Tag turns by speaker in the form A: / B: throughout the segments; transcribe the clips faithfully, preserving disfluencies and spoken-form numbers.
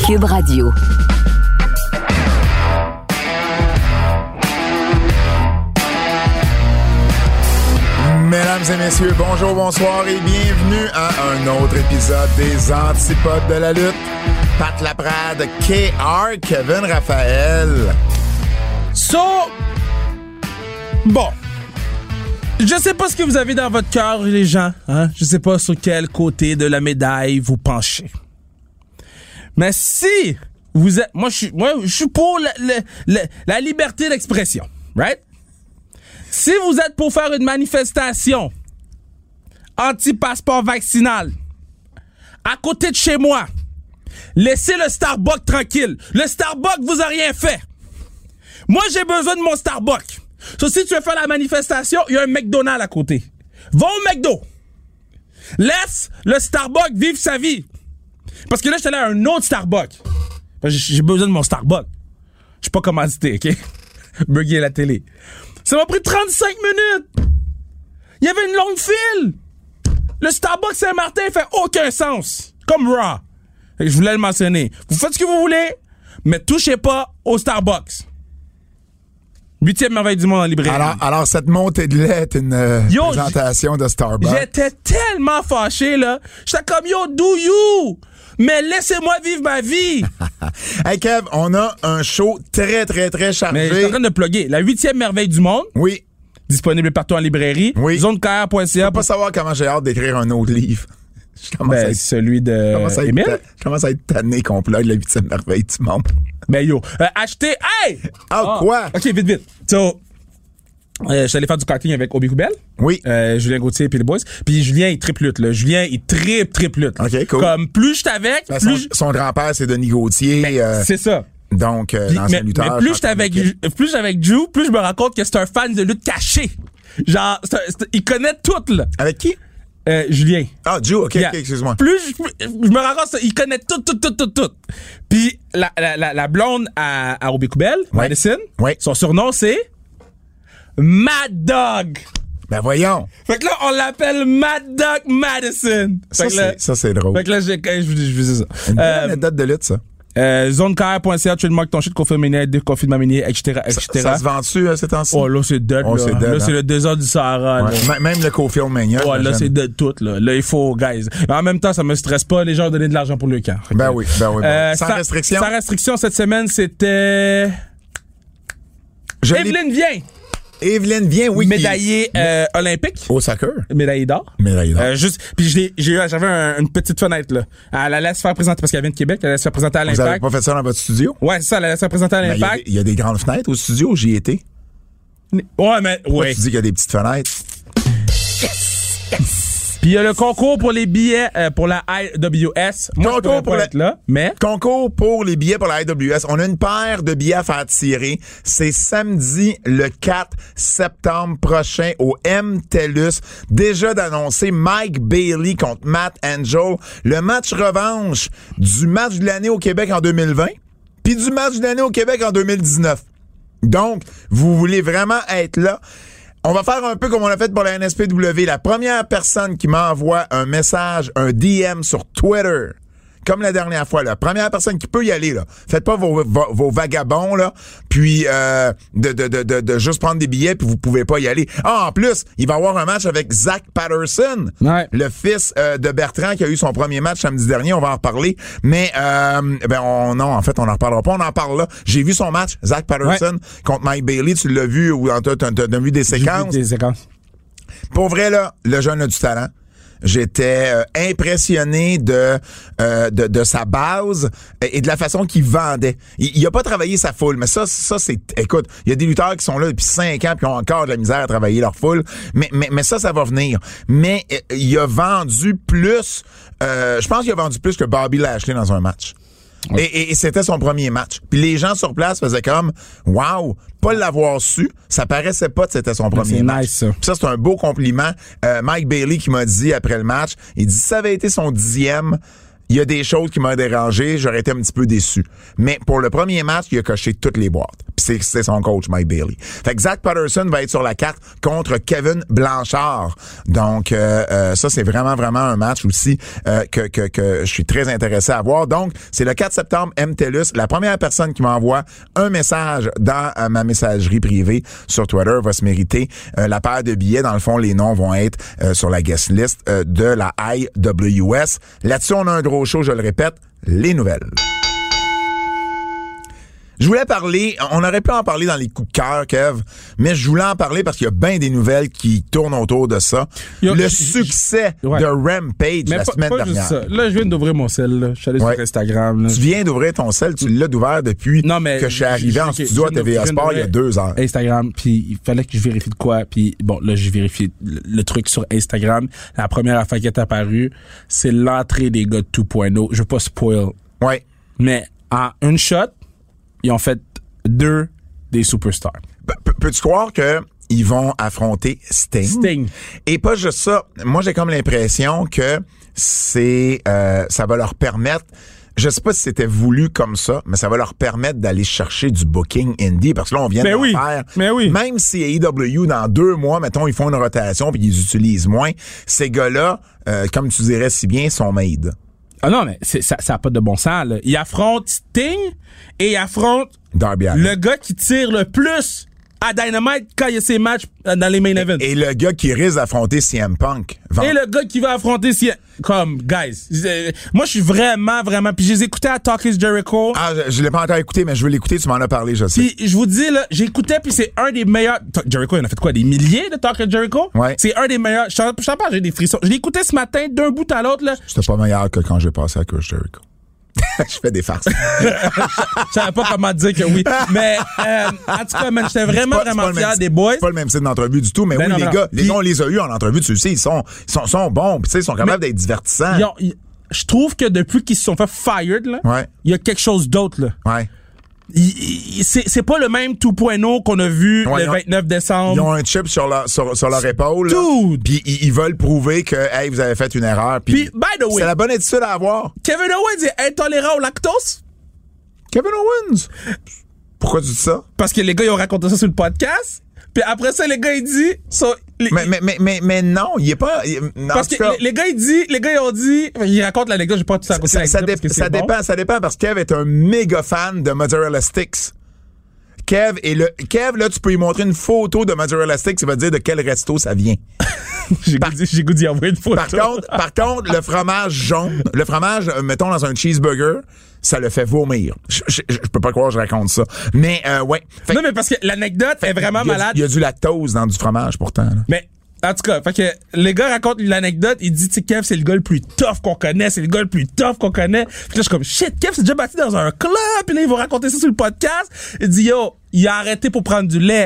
A: Cube Radio.
B: Mesdames et messieurs, bonjour, bonsoir et bienvenue à un autre épisode des Antipodes de la lutte. Pat Laprade, K R, Kevin Raphaël.
C: So, bon, je sais pas ce que vous avez dans votre cœur, les gens. Hein? Je sais pas sur quel côté de la médaille vous penchez. Mais si vous êtes, moi je suis, moi je suis pour la, la, la, la liberté d'expression, right? Si vous êtes pour faire une manifestation anti-passeport vaccinal à côté de chez moi, laissez le Starbucks tranquille. Le Starbucks vous a rien fait. Moi, j'ai besoin de mon Starbucks. So, si tu veux faire la manifestation, il y a un McDonald's à côté. Va au McDo. Laisse le Starbucks vivre sa vie. Parce que là, je suis allé à un autre Starbucks. J'ai besoin de mon Starbucks. Je suis pas commandité, OK? Burger à la télé. Ça m'a pris trente-cinq minutes. Il y avait une longue file. Le Starbucks Saint-Martin fait aucun sens. Comme Raw. Je voulais le mentionner. Vous faites ce que vous voulez, mais touchez pas au Starbucks. Huitième merveille du monde en librairie.
B: Alors, alors cette montée de lait est une euh, yo, présentation de Starbucks.
C: J'étais tellement fâché, là. J'étais comme, yo, do you? Mais laissez-moi vivre ma vie.
B: Hey, Kev, on a un show très, très, très chargé.
C: Mais je suis en train de plugger. La huitième merveille du monde.
B: Oui.
C: Disponible partout en librairie. Oui. zone k r point c a.
B: Je peux pas savoir comment j'ai hâte d'écrire un autre livre.
C: Je commence ben, à être, celui de
B: je
C: Émile.
B: Ta, je commence à être tanné qu'on plug la huitième merveille du monde.
C: Ben yo, euh, achetez... Hey!
B: Oh, oh, quoi?
C: OK, vite, vite. So, euh, je suis allé faire du karting avec Obi Koubel.
B: Oui.
C: Euh, Julien Gauthier et les boys. Puis Julien, il triple lutte, là. Julien, il triple, triple lutte.
B: OK, cool.
C: Comme plus je suis avec,
B: ben,
C: plus...
B: Son, son grand-père, c'est Denis Gauthier.
C: Ben, euh, c'est ça.
B: Donc, euh,
C: Puis,
B: l'ancien
C: mais,
B: lutteur.
C: Mais plus j'étais avec, plus j'étais avec Drew, plus je me rends compte que c'est un fan de lutte cachée. Genre, c'est un, c'est, il connaît tout, là.
B: Avec qui?
C: Euh, Julien.
B: Ah, Drew, OK,
C: yeah.
B: OK, excuse-moi.
C: Plus je, je me rends compte, il connaît tout, tout, tout, tout, tout. Puis la, la, la, la blonde à, à Obi Koubel,
B: ouais.
C: Madison,
B: ouais.
C: son surnom, c'est Mad Dog.
B: Ben voyons.
C: Fait que là, on l'appelle Mad Dog Madison.
B: Ça,
C: fait que là,
B: c'est, ça, c'est drôle.
C: Fait que là, j'ai, je, je, je faisais ça.
B: Une
C: euh,
B: bonne anecdote de lutte, ça.
C: Euh, zone k r point c a, trademark ton shit, confirmé, déconfinement minier, et cetera, et cetera.
B: Ça, ça se vend-tu, euh, ces temps-ci?
C: Oh, là, c'est dead,
B: oh,
C: là.
B: C'est dead,
C: là,
B: hein?
C: c'est le désert du Sahara,
B: ouais.
C: là.
B: Même le Cofield Mania.
C: Ouais, là, c'est dead tout, là. Là, il faut, guys. Mais en même temps, ça me stresse pas, les gens ont donné de l'argent pour le camp.
B: Ben oui, ben oui. Ben
C: euh,
B: oui. Sans, sans restriction?
C: Sans restriction, cette semaine, c'était... Je Evelyne Vien.
B: Evelyne Vien, oui.
C: Médaillée euh, olympique.
B: Au soccer.
C: Médaillée d'or.
B: Médaillée d'or.
C: Euh, juste, puis j'ai, j'ai, j'avais un, une petite fenêtre, là. Elle allait se faire présenter, parce qu'elle vient de Québec, elle allait se faire présenter à l'Impact.
B: Vous avez pas fait ça dans votre studio?
C: Ouais, c'est ça, elle allait se faire présenter à l'Impact.
B: Il y, y a des grandes fenêtres au studio, j'y étais.
C: Ouais, mais,
B: Pourquoi
C: ouais.
B: tu dis qu'il y a des petites fenêtres?
C: Yes! Yes! Puis il y a le concours pour les billets euh, pour la I W S. Moi,
B: concours
C: je
B: pour
C: la...
B: être
C: là, mais
B: concours pour les billets pour la I W S. On a une paire de billets à faire tirer. C'est samedi le quatre septembre prochain au M TELUS. Déjà d'annoncer Mike Bailey contre Matt Angel. Le match revanche du match de l'année au Québec en deux mille vingt puis du match de l'année au Québec en deux mille dix-neuf. Donc, vous voulez vraiment être là. On va faire un peu comme on a fait pour la N S P W. La première personne qui m'envoie un message, un D M sur Twitter, comme la dernière fois, la première personne qui peut y aller, là. Faites pas vos, vos, vos vagabonds, là, puis euh, de, de, de, de, de juste prendre des billets puis vous pouvez pas y aller. Ah, en plus, il va y avoir un match avec Zach Patterson,
C: ouais.
B: le fils euh, de Bertrand qui a eu son premier match samedi dernier. On va en reparler. Mais, euh, ben, on, non, en fait, on en reparlera pas. On en parle là. J'ai vu son match, Zach Patterson, ouais. contre Mike Bailey. Tu l'as vu ou t'as, t'as, t'as vu des séquences?
C: J'ai vu des séquences.
B: Pour vrai, là, le jeune a du talent. J'étais euh, impressionné de, euh, de de sa base et de la façon qu'il vendait. Il, il a pas travaillé sa foule, mais ça, ça c'est, écoute, il y a des lutteurs qui sont là depuis cinq ans puis qui ont encore de la misère à travailler leur foule. Mais mais mais ça, ça va venir. Mais euh, il a vendu plus. Euh, je pense qu'il a vendu plus que Bobby Lashley dans un match. Oui. Et, et, et c'était son premier match. Puis les gens sur place faisaient comme « Wow! » Pas l'avoir su, ça paraissait pas que c'était son premier
C: c'est
B: match.
C: Nice, ça.
B: Puis ça, c'est un beau compliment. Euh, Mike Bailey qui m'a dit après le match, il dit « Si ça avait été son dixième, il y a des choses qui m'ont dérangé, j'aurais été un petit peu déçu. Mais pour le premier match, il a coché toutes les boîtes. Puis c'est, c'est son coach, Mike Bailey. Fait que Zach Patterson va être sur la carte contre Kevin Blanchard. Donc, euh, euh, ça, c'est vraiment, vraiment un match aussi euh, que, que, que je suis très intéressé à voir. Donc, c'est le quatre septembre, M T L U S. La première personne qui m'envoie un message dans euh, ma messagerie privée sur Twitter va se mériter euh, la paire de billets. Dans le fond, les noms vont être euh, sur la guest list euh, de la I W S. Là-dessus, on a un gros show, je le répète, les nouvelles. Je voulais parler, on aurait pu en parler dans les coups de cœur, Kev, mais je voulais en parler parce qu'il y a bien des nouvelles qui tournent autour de ça. Yo, le je, succès je, ouais. de Rampage mais la pas, semaine pas dernière. Juste ça.
C: Là, je viens d'ouvrir mon sel, là. Je suis allé ouais. sur Instagram. Là.
B: Tu viens d'ouvrir ton sel, tu l'as d'ouvert depuis non, mais que je suis arrivé en studio à T V A Sport il y a deux heures.
C: Instagram, puis il fallait que je vérifie de quoi, puis bon, là, j'ai vérifié le, le truc sur Instagram. La première affaire qui est apparue, c'est l'entrée des gars de deux point oh. Je veux pas spoil.
B: Ouais.
C: Mais en une shot, ils ont fait deux des superstars.
B: P- peux-tu croire que ils vont affronter Sting?
C: Sting.
B: Et pas juste ça. Moi, j'ai comme l'impression que c'est, euh, ça va leur permettre, je sais pas si c'était voulu comme ça, mais ça va leur permettre d'aller chercher du booking indie, parce que là, on vient
C: mais
B: de
C: oui,
B: faire.
C: Mais oui.
B: Même si A E W, dans deux mois, mettons, ils font une rotation puis ils utilisent moins, ces gars-là, euh, comme tu dirais si bien, sont made.
C: Ah non, mais c'est, ça n'a pas de bon sens, là. Il affronte Sting et il affronte
B: Darby Allin.
C: Le gars qui tire le plus à Dynamite quand il y a ses matchs dans les main events.
B: Et, et le gars qui risque d'affronter C M Punk.
C: Vend. Et le gars qui va affronter C M... Comme, guys, euh, moi, je suis vraiment, vraiment... Puis je les écoutais à Talk is Jericho.
B: Ah, je, je l'ai pas encore écouté, mais je veux l'écouter, tu m'en as parlé, je sais.
C: Puis je vous dis, là, j'écoutais, puis c'est un des meilleurs... Jericho, il en a fait quoi? Des milliers de Talk is Jericho?
B: Ouais.
C: C'est un des meilleurs... Je t'en parle, j'ai des frissons. Je l'écoutais ce matin d'un bout à l'autre, là.
B: C'était pas meilleur que quand j'ai passé à Chris Jericho. Je fais des farces.
C: Je savais pas comment dire que oui. Mais, euh, en tout cas, man, j'étais vraiment, pas, vraiment fier même, des boys.
B: C'est pas le même style d'entrevue du tout, mais ben oui, non, les non, gars, les gars, on les a eus en entrevue, tu sais, ils sont, ils sont, sont bons, pis tu sais, ils sont capables d'être divertissants.
C: Ils ont, ils, je trouve que depuis qu'ils se sont fait fired, là,
B: ouais.
C: il y a quelque chose d'autre, là.
B: Ouais.
C: Il, il, c'est, c'est pas le même deux point oh qu'on a vu ouais, le vingt-neuf décembre.
B: Ils ont un chip sur leur, sur, sur leur épaule. Puis ils, ils veulent prouver que, hey, vous avez fait une erreur. Puis,
C: by the way,
B: c'est la bonne attitude à avoir.
C: Kevin Owens est intolérant au lactose.
B: Kevin Owens? Pourquoi tu dis ça?
C: Parce que les gars, ils ont raconté ça sur le podcast. Puis après ça, les gars, ils disent... So, les,
B: mais, mais, mais, mais, mais non, il est pas... Il,
C: parce que cas, les, les gars, ils disent... Les gars, ils ont dit... Ils racontent l'anecdote, j'ai pas tout ça raconté.
B: Ça, ça, dé, ça dépend, ça dépend parce que Kev est un méga fan de Mozzarella Sticks. Kev, et le, Kev, là, tu peux lui montrer une photo de Mozzarella Sticks, il va te dire de quel resto ça vient.
C: j'ai, par, goût, j'ai goût d'y envoyer une photo.
B: Par contre, par contre, le fromage jaune, le fromage, mettons, dans un cheeseburger, ça le fait vomir. Je, je, je peux pas croire que je raconte ça. Mais, euh, ouais.
C: Fait, non, mais parce que l'anecdote est vraiment
B: y a,
C: malade.
B: Il y a du lactose dans du fromage, pourtant. Là.
C: Mais, en tout cas, fait que les gars racontent l'anecdote, il dit, tu sais, Kev, c'est le gars le plus tough qu'on connaît, c'est le gars le plus tough qu'on connaît. Puis là, je suis comme, shit, Kev s'est déjà battu dans un club, puis là, ils vont raconter ça sur le podcast. Il dit, yo, il a arrêté pour prendre du lait.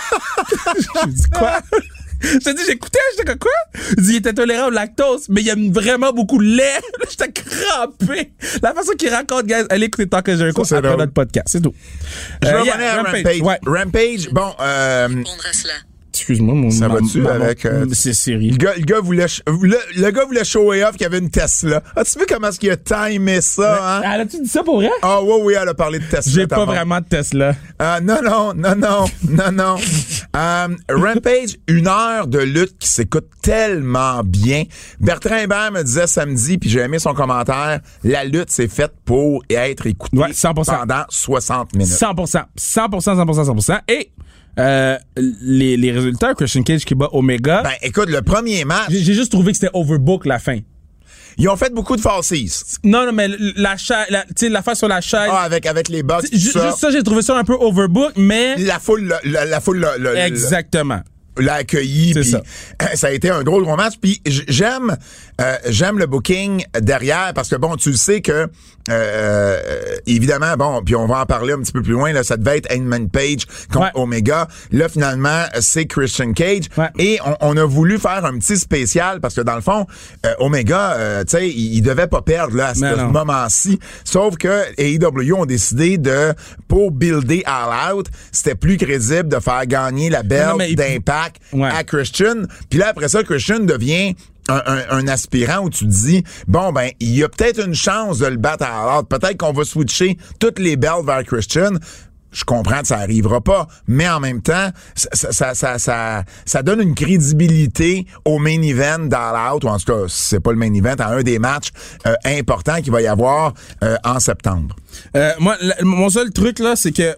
C: Je dis, quoi? Je te dis, j'écoutais, j'étais comme, quoi? Il dit, il était tolérant au lactose, mais il y a vraiment beaucoup de lait. J'étais crampé. La façon qu'il raconte, guys, allez écouter Talk is Jericho après drôle. Notre podcast, c'est tout.
B: Je euh, vais revenir à Rampage. Rampage. Ouais. Rampage, bon, euh...
A: répondre à cela.
C: Excuse-moi, mon
B: ça va-tu ma, avec euh,
C: c'est série.
B: Le gars, le gars voulait le, le gars voulait shower off qu'il y avait une Tesla. As-tu vu comment est-ce qu'il a timé ça, hein?
C: Elle a-tu dit ça pour vrai?
B: Ah oui, oui, elle a parlé de Tesla.
C: J'ai pas vraiment de Tesla.
B: Euh, non, non, non, non, non, non. euh, Rampage, une heure de lutte qui s'écoute tellement bien. Bertrand Hébert me disait samedi, puis j'ai aimé son commentaire, la lutte c'est faite pour être écoutée
C: ouais, cent pour cent.
B: Pendant soixante minutes.
C: cent pour cent. cent pour cent, cent pour cent, cent pour cent. Et Euh, les, les résultats, Christian Cage qui bat Omega.
B: Ben, écoute, le premier match.
C: J'ai, j'ai juste trouvé que c'était overbook la fin.
B: Ils ont fait beaucoup de falsies.
C: Non, non, mais la chaise, la, tu sais, l'affaire sur la chaise.
B: Ah, avec, avec les box.
C: Ju- ça. Juste ça, j'ai trouvé ça un peu overbook, mais.
B: La foule, la, la, la foule, la, la,
C: exactement.
B: l'a accueilli, puis
C: ça.
B: ça a été un drôle gros match. Puis j'aime, euh, j'aime le booking derrière parce que bon, tu le sais que euh, évidemment, bon, puis on va en parler un petit peu plus loin. Là, ça devait être Hangman Page contre ouais. Omega. Là, finalement, c'est Christian Cage. Ouais. Et on, on a voulu faire un petit spécial parce que dans le fond, euh, Omega, euh, tu sais, il, il devait pas perdre là à ce non. moment-ci. Sauf que A E W ont décidé de, pour builder All Out, c'était plus crédible de faire gagner la belle non, non, d'Impact. Ouais. À Christian. Puis là, après ça, Christian devient un, un, un aspirant où tu te dis, bon, ben, il y a peut-être une chance de le battre à l'ordre. Peut-être qu'on va switcher toutes les belts vers Christian. Je comprends que ça arrivera pas, mais en même temps, ça, ça, ça, ça, ça donne une crédibilité au main event d'All Out, ou en tout cas, si c'est pas le main event, à un des matchs euh, importants qu'il va y avoir euh, en septembre.
C: Euh, moi, le, mon seul truc, là, c'est que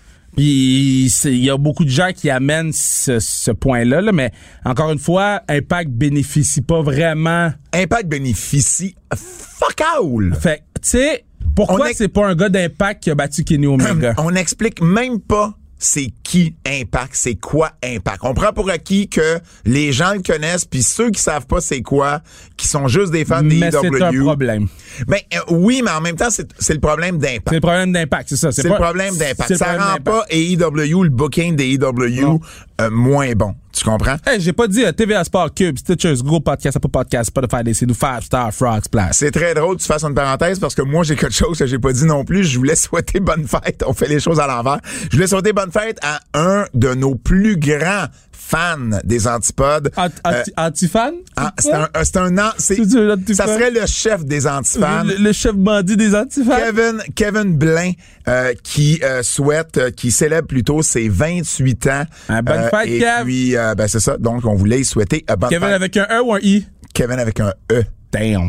C: puis il y a beaucoup de gens qui amènent ce, ce point-là, là, mais encore une fois, Impact bénéficie pas vraiment.
B: Impact bénéficie fuck all.
C: Fait tu sais, pourquoi
B: ex-
C: c'est pas un gars d'Impact qui a battu Kenny Omega?
B: On n'explique même pas c'est qui Impact, c'est quoi Impact. On prend pour acquis que les gens le connaissent, puis ceux qui savent pas c'est quoi, qui sont juste des fans des
C: mais
B: E W.
C: c'est un problème.
B: Ben euh, oui, mais en même temps, c'est, c'est le problème d'Impact.
C: C'est le problème d'Impact, c'est ça. C'est,
B: c'est
C: pas,
B: le problème d'Impact.
C: C'est
B: ça
C: le problème
B: rend
C: d'Impact.
B: pas A E W, le booking des E W, euh, moins bon. Tu comprends?
C: Hey, j'ai pas dit euh, T V A Sport, Cube, Stitchers, Google Podcast, Apple Podcast, Spotify, D C, nous five Star, Frog, Splash.
B: C'est très drôle que tu fasses une parenthèse parce que moi, j'ai quelque chose que j'ai pas dit non plus. Je voulais souhaiter bonne fête. On fait les choses à l'envers. Je voulais souhaiter bonne fête à un de nos plus grands fans des Antipodes.
C: Ant- anti-
B: Euh,
C: Antifan?
B: ah, c'est un, un- c'est un an, c'est,
C: C'est un antifan?
B: ça serait le chef des Antifans.
C: Le, le chef bandit des Antifans?
B: Kevin, Kevin Blain, euh, qui euh, souhaite, euh, qui célèbre plutôt ses vingt-huit ans.
C: Un bonne
B: Euh,
C: fête,
B: et
C: Kev.
B: puis, euh, ben c'est ça. Donc, on voulait y souhaiter euh, bonne
C: Kevin
B: fête.
C: avec un E ou un I?
B: Kevin avec un E.
C: Damn.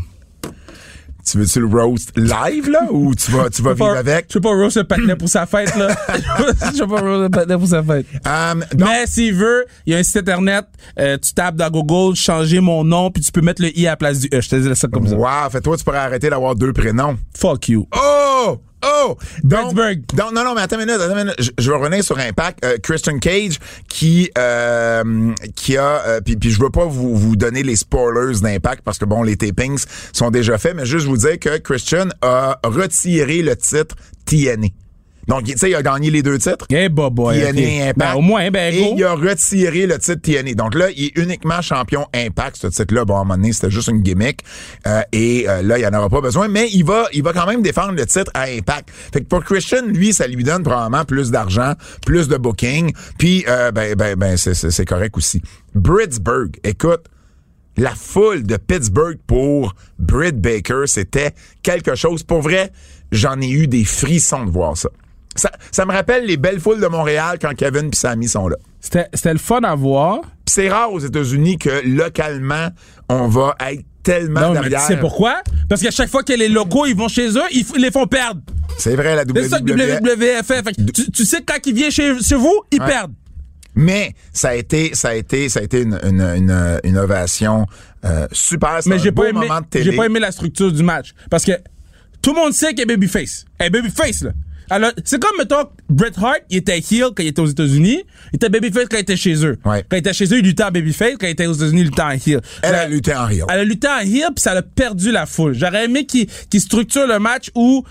B: Tu veux-tu le roast live, là, ou tu vas, tu vas vivre avec?
C: Je sais pas Rose le patinet pour sa fête, là. Je sais pas Rose le patinet pour sa fête.
B: Um, donc,
C: Mais s'il veut, il y a un site internet, euh, tu tapes dans Google, changer mon nom, puis tu peux mettre le I à la place du E. Je te dis ça comme ça.
B: wow, fait toi, tu pourrais arrêter d'avoir deux prénoms.
C: Fuck you.
B: Oh! Oh! Donc,
C: Pittsburgh.
B: donc, non, non, mais attends une minute, attends une minute. Je, je vais revenir sur Impact. Euh, Christian Cage, qui, euh, qui a, euh, puis, puis je veux pas vous, vous donner les spoilers d'Impact parce que bon, les tapings sont déjà faits, mais juste vous dire que Christian a retiré le titre T N A. Donc, tu sais, il a gagné les deux titres.
C: Eh, hey, boy, boy.
B: T N A
C: Okay.
B: et Impact.
C: Ben, au moins, ben,
B: Et
C: go.
B: il a retiré le titre T N A. Donc là, il est uniquement champion Impact. Ce titre-là, bon, à un moment donné, c'était juste une gimmick. Euh, et euh, là, il en aura pas besoin. Mais il va il va quand même défendre le titre à Impact. Fait que pour Christian, lui, ça lui donne probablement plus d'argent, plus de booking. Puis, euh, ben, ben, ben, c'est, c'est, c'est correct aussi. Brittsburg, écoute, la foule de Pittsburgh pour Britt Baker, c'était quelque chose. Pour vrai, j'en ai eu des frissons de voir ça. Ça, ça me rappelle les belles foules de Montréal quand Kevin et Sammy sont là.
C: C'était, c'était le fun à voir.
B: Pis c'est rare aux États-Unis que localement, on va être tellement
C: Non, mais
B: derrière.
C: tu sais pourquoi? Parce qu'à chaque fois que les locaux, ils vont chez eux, ils, f- ils les font perdre.
B: C'est vrai, la
C: C'est ça que
B: W W E.
C: W W F fait. Fait que tu, tu sais que quand ils viennent chez, chez vous, ils
B: Ouais.
C: perdent.
B: Mais ça a été, ça a été, ça a été une, une, une, une ovation euh, super. C'est
C: Mais
B: un
C: j'ai
B: beau
C: pas aimé,
B: moment de télé.
C: j'ai pas aimé la structure du match. Parce que tout le monde sait qu'elle est babyface. Elle est babyface, là. Alors, c'est comme, mettons, Bret Hart, il était heel quand il était aux États-Unis. Il était babyface quand il était chez eux.
B: Ouais.
C: Quand il était chez eux, il luttait en babyface. Quand il était aux États-Unis, il luttait en heel.
B: Elle a
C: La-
B: lutté en heel.
C: Elle a lutté en heel, puis ça a perdu la foule. J'aurais aimé qu'il, qu'il structure le match où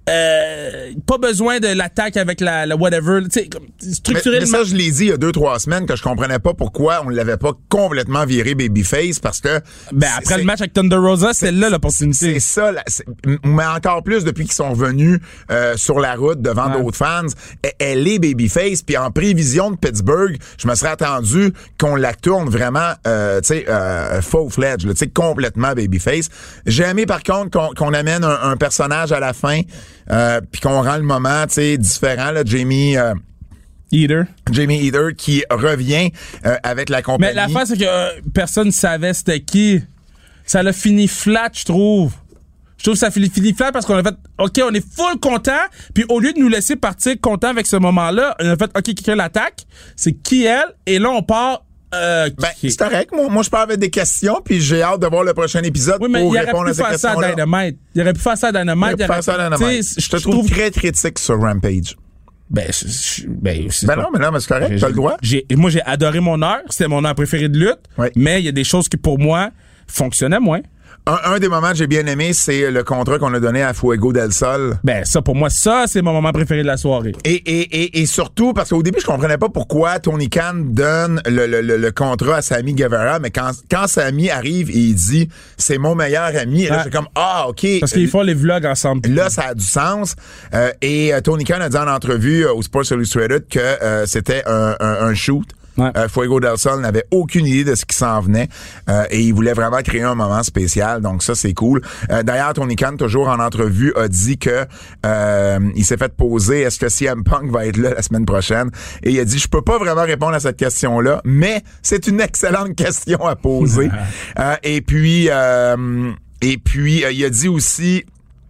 C: euh, pas besoin de l'attaque avec la, la whatever. Tu sais, comme,
B: Mais,
C: structurer
B: mais
C: le
B: ça,
C: match.
B: je l'ai dit il y a deux, trois semaines que je comprenais pas pourquoi on l'avait pas complètement viré babyface parce que.
C: Ben,
B: c'est-
C: après
B: c'est-
C: le match avec Thunder Rosa, c'est là l'opportunité.
B: C'est ça, là, c'est- mais encore plus depuis qu'ils sont venus euh, sur la route devant
C: Ouais.
B: d'autres fans. Elle, elle est babyface, puis en prévision de Pittsburgh, je me serais attendu qu'on la tourne vraiment, euh, tu sais, euh, full-fledged, tu sais, complètement babyface. J'ai aimé par contre qu'on, qu'on amène un, un personnage à la fin, euh, puis qu'on rend le moment, tu sais, différent. Là, Jamie. Euh,
C: Eater.
B: Jamie Eder qui revient euh, avec la compagnie.
C: Mais l'affaire, c'est que euh, personne savait c'était qui. Ça l'a fini flat, je trouve. Je trouve que ça fini, fini flat parce qu'on a fait, OK, on est full content, puis au lieu de nous laisser partir content avec ce moment-là, on a fait, OK, quelqu'un l'attaque, c'est qui elle, et là, on part... Euh,
B: Ben,
C: qui-
B: c'est correct. Moi, moi je pars avec des questions, puis j'ai hâte de voir le prochain épisode
C: oui, mais
B: pour
C: il aurait
B: répondre à
C: pu
B: ces
C: faire ça à
B: questions-là.
C: Dynamite. Il aurait pu faire ça à Dynamite.
B: Il aurait pu
C: il aurait-
B: faire ça à Dynamite.
C: tu sais,
B: Je te trouve très critique sur Rampage.
C: Ben, je- je- ben, c'est
B: Ben
C: pas-
B: non, mais non, mais c'est correct,
C: J'ai-
B: t'as le droit.
C: J'ai, moi, j'ai adoré mon heure. C'était mon heure préférée de lutte.
B: Oui.
C: Mais il y a des choses qui, pour moi, fonctionnaient moins.
B: Un, un des moments que j'ai bien aimé, c'est le contrat qu'on a donné à Fuego del Sol.
C: Ben, ça, pour moi, ça, c'est mon moment préféré de la soirée.
B: Et, et, et, et surtout, parce qu'au début, je comprenais pas pourquoi Tony Khan donne le, le, le, le contrat à Sammy Guevara, mais quand, quand Sammy arrive et il dit « c'est mon meilleur ami », là,
C: Ouais.
B: j'ai comme « ah, OK ».
C: Parce qu'ils font les vlogs ensemble.
B: Là, ça a du sens. Euh, et euh, Tony Khan a dit en entrevue euh, au Sports Illustrated que euh, c'était un, un, un shoot.
C: Ouais.
B: Euh, Fuego del Sol n'avait aucune idée de ce qui s'en venait euh, et il voulait vraiment créer un moment spécial. Donc ça, c'est cool. Euh, d'ailleurs, Tony Khan, toujours en entrevue, a dit que euh, il s'est fait poser est-ce que C M Punk va être là la semaine prochaine? Et il a dit, je peux pas vraiment répondre à cette question-là, mais c'est une excellente question à poser. euh, et puis, euh, et puis, euh, il a dit aussi,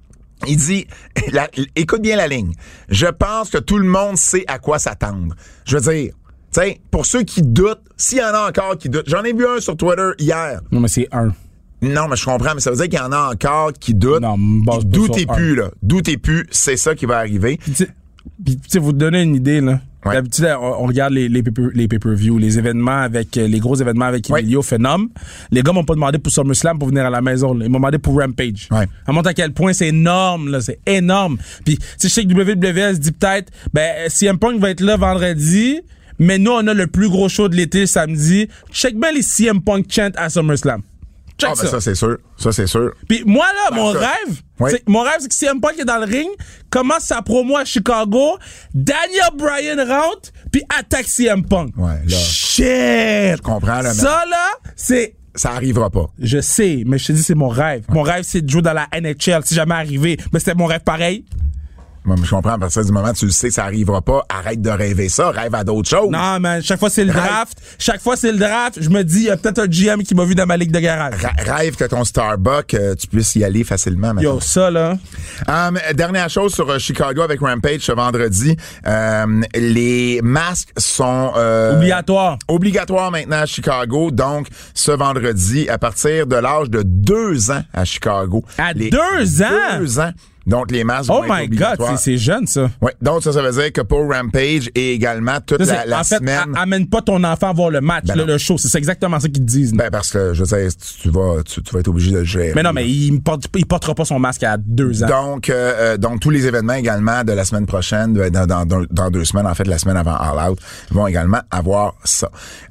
B: il dit, la, écoute bien la ligne. Je pense que tout le monde sait à quoi s'attendre. Je veux dire, tu sais, pour ceux qui doutent, s'il y en a encore qui doutent, j'en ai vu un sur Twitter hier.
C: Non, mais c'est un.
B: Non, mais je comprends, mais ça veut dire qu'il y en a encore qui doutent.
C: Non, base
B: doutez plus, là. Doutez plus, c'est ça qui va arriver.
C: Puis, tu sais, vous donner une idée, là.
B: Ouais.
C: D'habitude, on, on regarde les, les, pay-per, les pay-per-view, les événements avec, les gros événements avec Emilio
B: ouais.
C: Phenom. Les gars m'ont pas demandé pour SummerSlam pour venir à la maison, là. Ils m'ont demandé pour Rampage.
B: Ouais.
C: Ça montre à quel point c'est énorme, là. C'est énorme. Puis, tu sais, je sais que W W E se dit peut-être, ben, C M Punk va être là vendredi, mais nous, on a le plus gros show de l'été samedi. Check bien les C M Punk chant à SummerSlam. Check
B: Ah, ben
C: ça.
B: ça, c'est sûr. Ça, c'est sûr.
C: Puis moi, là,
B: Parce
C: mon
B: que-
C: rêve,
B: Oui.
C: c'est, mon rêve, c'est que C M Punk est dans le ring, commence sa promo à Chicago, Daniel Bryan rentre, puis attaque C M Punk.
B: Ouais, là.
C: Shit!
B: Je comprends, là, mais
C: Ça, là, c'est...
B: ça arrivera pas.
C: Je sais, mais je te dis, c'est mon rêve. Mon rêve, c'est de jouer dans la N H L. C'est jamais arrivé, mais c'était mon rêve pareil.
B: Moi, je comprends, à partir du moment où tu le sais que ça arrivera pas, arrête de rêver ça, rêve à d'autres choses.
C: Non, man, chaque fois c'est le
B: Rêve.
C: draft, chaque fois c'est le draft, je me dis, il y a peut-être un G M qui m'a vu dans ma ligue de garage.
B: Ra- rêve que ton Starbucks, euh, tu puisses y aller facilement. maintenant.
C: Yo, ça, là...
B: Um, dernière chose sur euh, Chicago avec Rampage ce vendredi, euh, les masques sont euh,
C: Obligatoire.
B: obligatoires maintenant à Chicago. Donc, ce vendredi, à partir de l'âge de deux ans à Chicago.
C: À
B: les
C: deux ans?
B: Deux ans. Donc, les masques
C: Oh
B: vont être
C: my God,
B: obligatoires.
C: c'est, c'est jeune, ça.
B: Oui, donc ça, ça veut dire que pour Rampage et également toute
C: Ça,
B: la,
C: c'est-
B: la
C: en fait,
B: semaine...
C: a- amène pas ton enfant voir le match,
B: Ben
C: le,
B: non.
C: le show. C'est c'est exactement ça qu'ils te disent.
B: Ben parce que, je sais, tu, tu vas, tu, tu vas être obligé de le gérer.
C: mais non, mais il, porte, il portera pas son masque à deux ans.
B: Donc, euh, donc tous les événements également de la semaine prochaine, de- dans, dans, dans, dans deux semaines, en fait, la semaine avant All Out, vont également avoir ça.